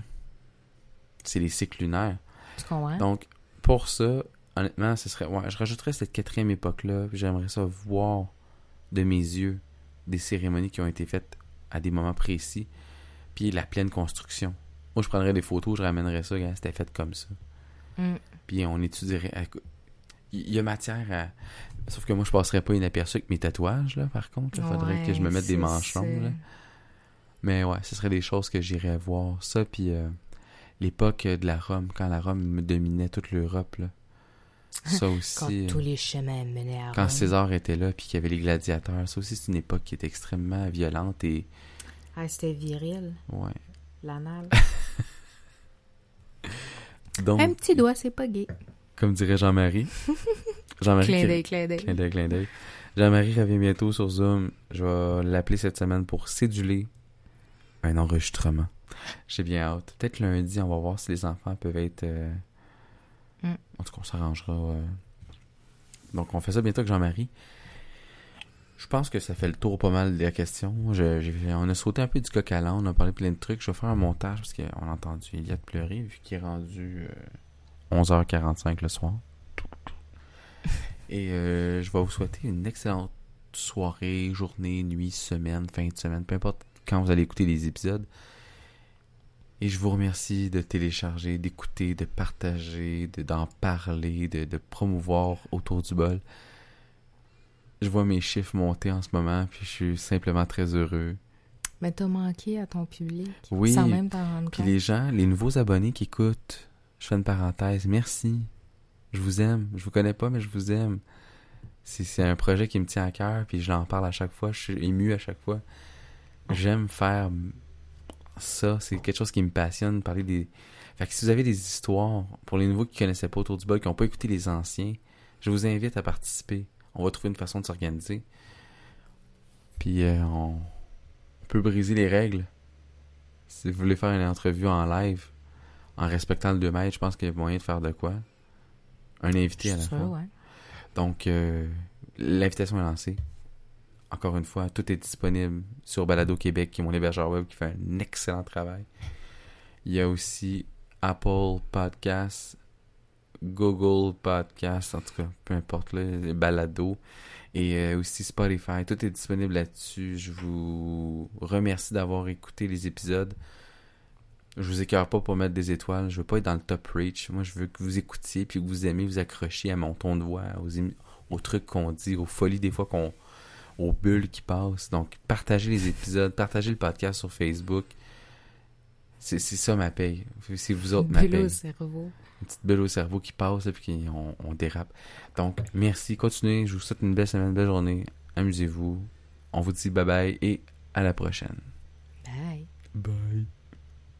c'est les cycles lunaires. Tu comprends? Donc, pour ça, honnêtement, ce serait... Ouais, je rajouterais cette quatrième époque-là, puis j'aimerais ça voir de mes yeux des cérémonies qui ont été faites à des moments précis, puis la pleine construction. Moi, je prendrais des photos, je ramènerais ça, quand c'était fait comme ça. Mm. Puis on étudierait... Il y a matière à... Sauf que moi, je passerais pas inaperçu avec mes tatouages, là, par contre. Il faudrait ouais, que je me mette des manchons, c'est... là. Mais ouais, ce serait des choses que j'irais voir. Ça, puis euh, l'époque de la Rome, quand la Rome dominait toute l'Europe, là. Ça aussi... quand euh, tous les chemins menaient à Rome. Quand César était là, puis qu'il y avait les gladiateurs. Ça aussi, c'est une époque qui est extrêmement violente et... Ah, c'était viril. Ouais. L'anal. Donc, un petit doigt, c'est pas gay. Comme dirait Jean-Marie. Jean-Marie clin d'œil, qui... clin d'œil. Clin d'œil, clin d'œil. Jean-Marie revient bientôt sur Zoom. Je vais l'appeler cette semaine pour céduler un enregistrement. J'ai bien hâte. Peut-être lundi, on va voir si les enfants peuvent être... Euh... Mm. En tout cas, on s'arrangera. Euh... Donc, on fait ça bientôt avec Jean-Marie. Je pense que ça fait le tour pas mal de la question. Je, j'ai, on a sauté un peu du coq à l'âne, on a parlé plein de trucs. Je vais faire un montage parce qu'on a entendu Eliott pleurer vu qu'il est rendu euh, onze heures quarante-cinq le soir. Et euh, je vais vous souhaiter une excellente soirée, journée, nuit, semaine, fin de semaine, peu importe quand vous allez écouter les épisodes. Et je vous remercie de télécharger, d'écouter, de partager, de, d'en parler, de, de promouvoir autour du bol. Je vois mes chiffres monter en ce moment, puis je suis simplement très heureux. Mais t'as manqué à ton public, oui, sans même t'en rendre compte. Puis les gens, les nouveaux abonnés qui écoutent, je fais une parenthèse, merci. Je vous aime. Je vous connais pas, mais je vous aime. C'est, c'est un projet qui me tient à cœur, puis je l'en parle à chaque fois. Je suis ému à chaque fois. J'aime faire ça. C'est quelque chose qui me passionne, parler des... Fait que si vous avez des histoires, pour les nouveaux qui connaissaient pas autour du bol, qui n'ont pas écouté les anciens, je vous invite à participer. On va trouver une façon de s'organiser. Puis euh, on... on peut briser les règles. Si vous voulez faire une entrevue en live, en respectant le deux mètres, je pense qu'il y a moyen de faire de quoi. Un invité à la sûr, fois. ouais. Donc, euh, l'invitation est lancée. Encore une fois, tout est disponible sur Balado Québec, qui est mon hébergeur web, qui fait un excellent travail. Il y a aussi Apple Podcasts, Google Podcasts, en tout cas, peu importe, là, les Balado. Et euh, aussi Spotify. Tout est disponible là-dessus. Je vous remercie d'avoir écouté les épisodes. Je vous écœure pas pour mettre des étoiles. Je veux pas être dans le top reach. Moi, je veux que vous écoutiez puis que vous aimez vous accrochiez à mon ton de voix, aux, émi- aux trucs qu'on dit, aux folies des fois qu'on... aux bulles qui passent. Donc, partagez les épisodes, partagez le podcast sur Facebook. C'est, c'est ça ma paye. C'est vous autres ma Bulle paye. au cerveau. Une petite bulle au cerveau qui passe et puis on, on dérape. Donc, merci. Continuez. Je vous souhaite une belle semaine, une belle journée. Amusez-vous. On vous dit bye bye et à la prochaine. Bye. Bye.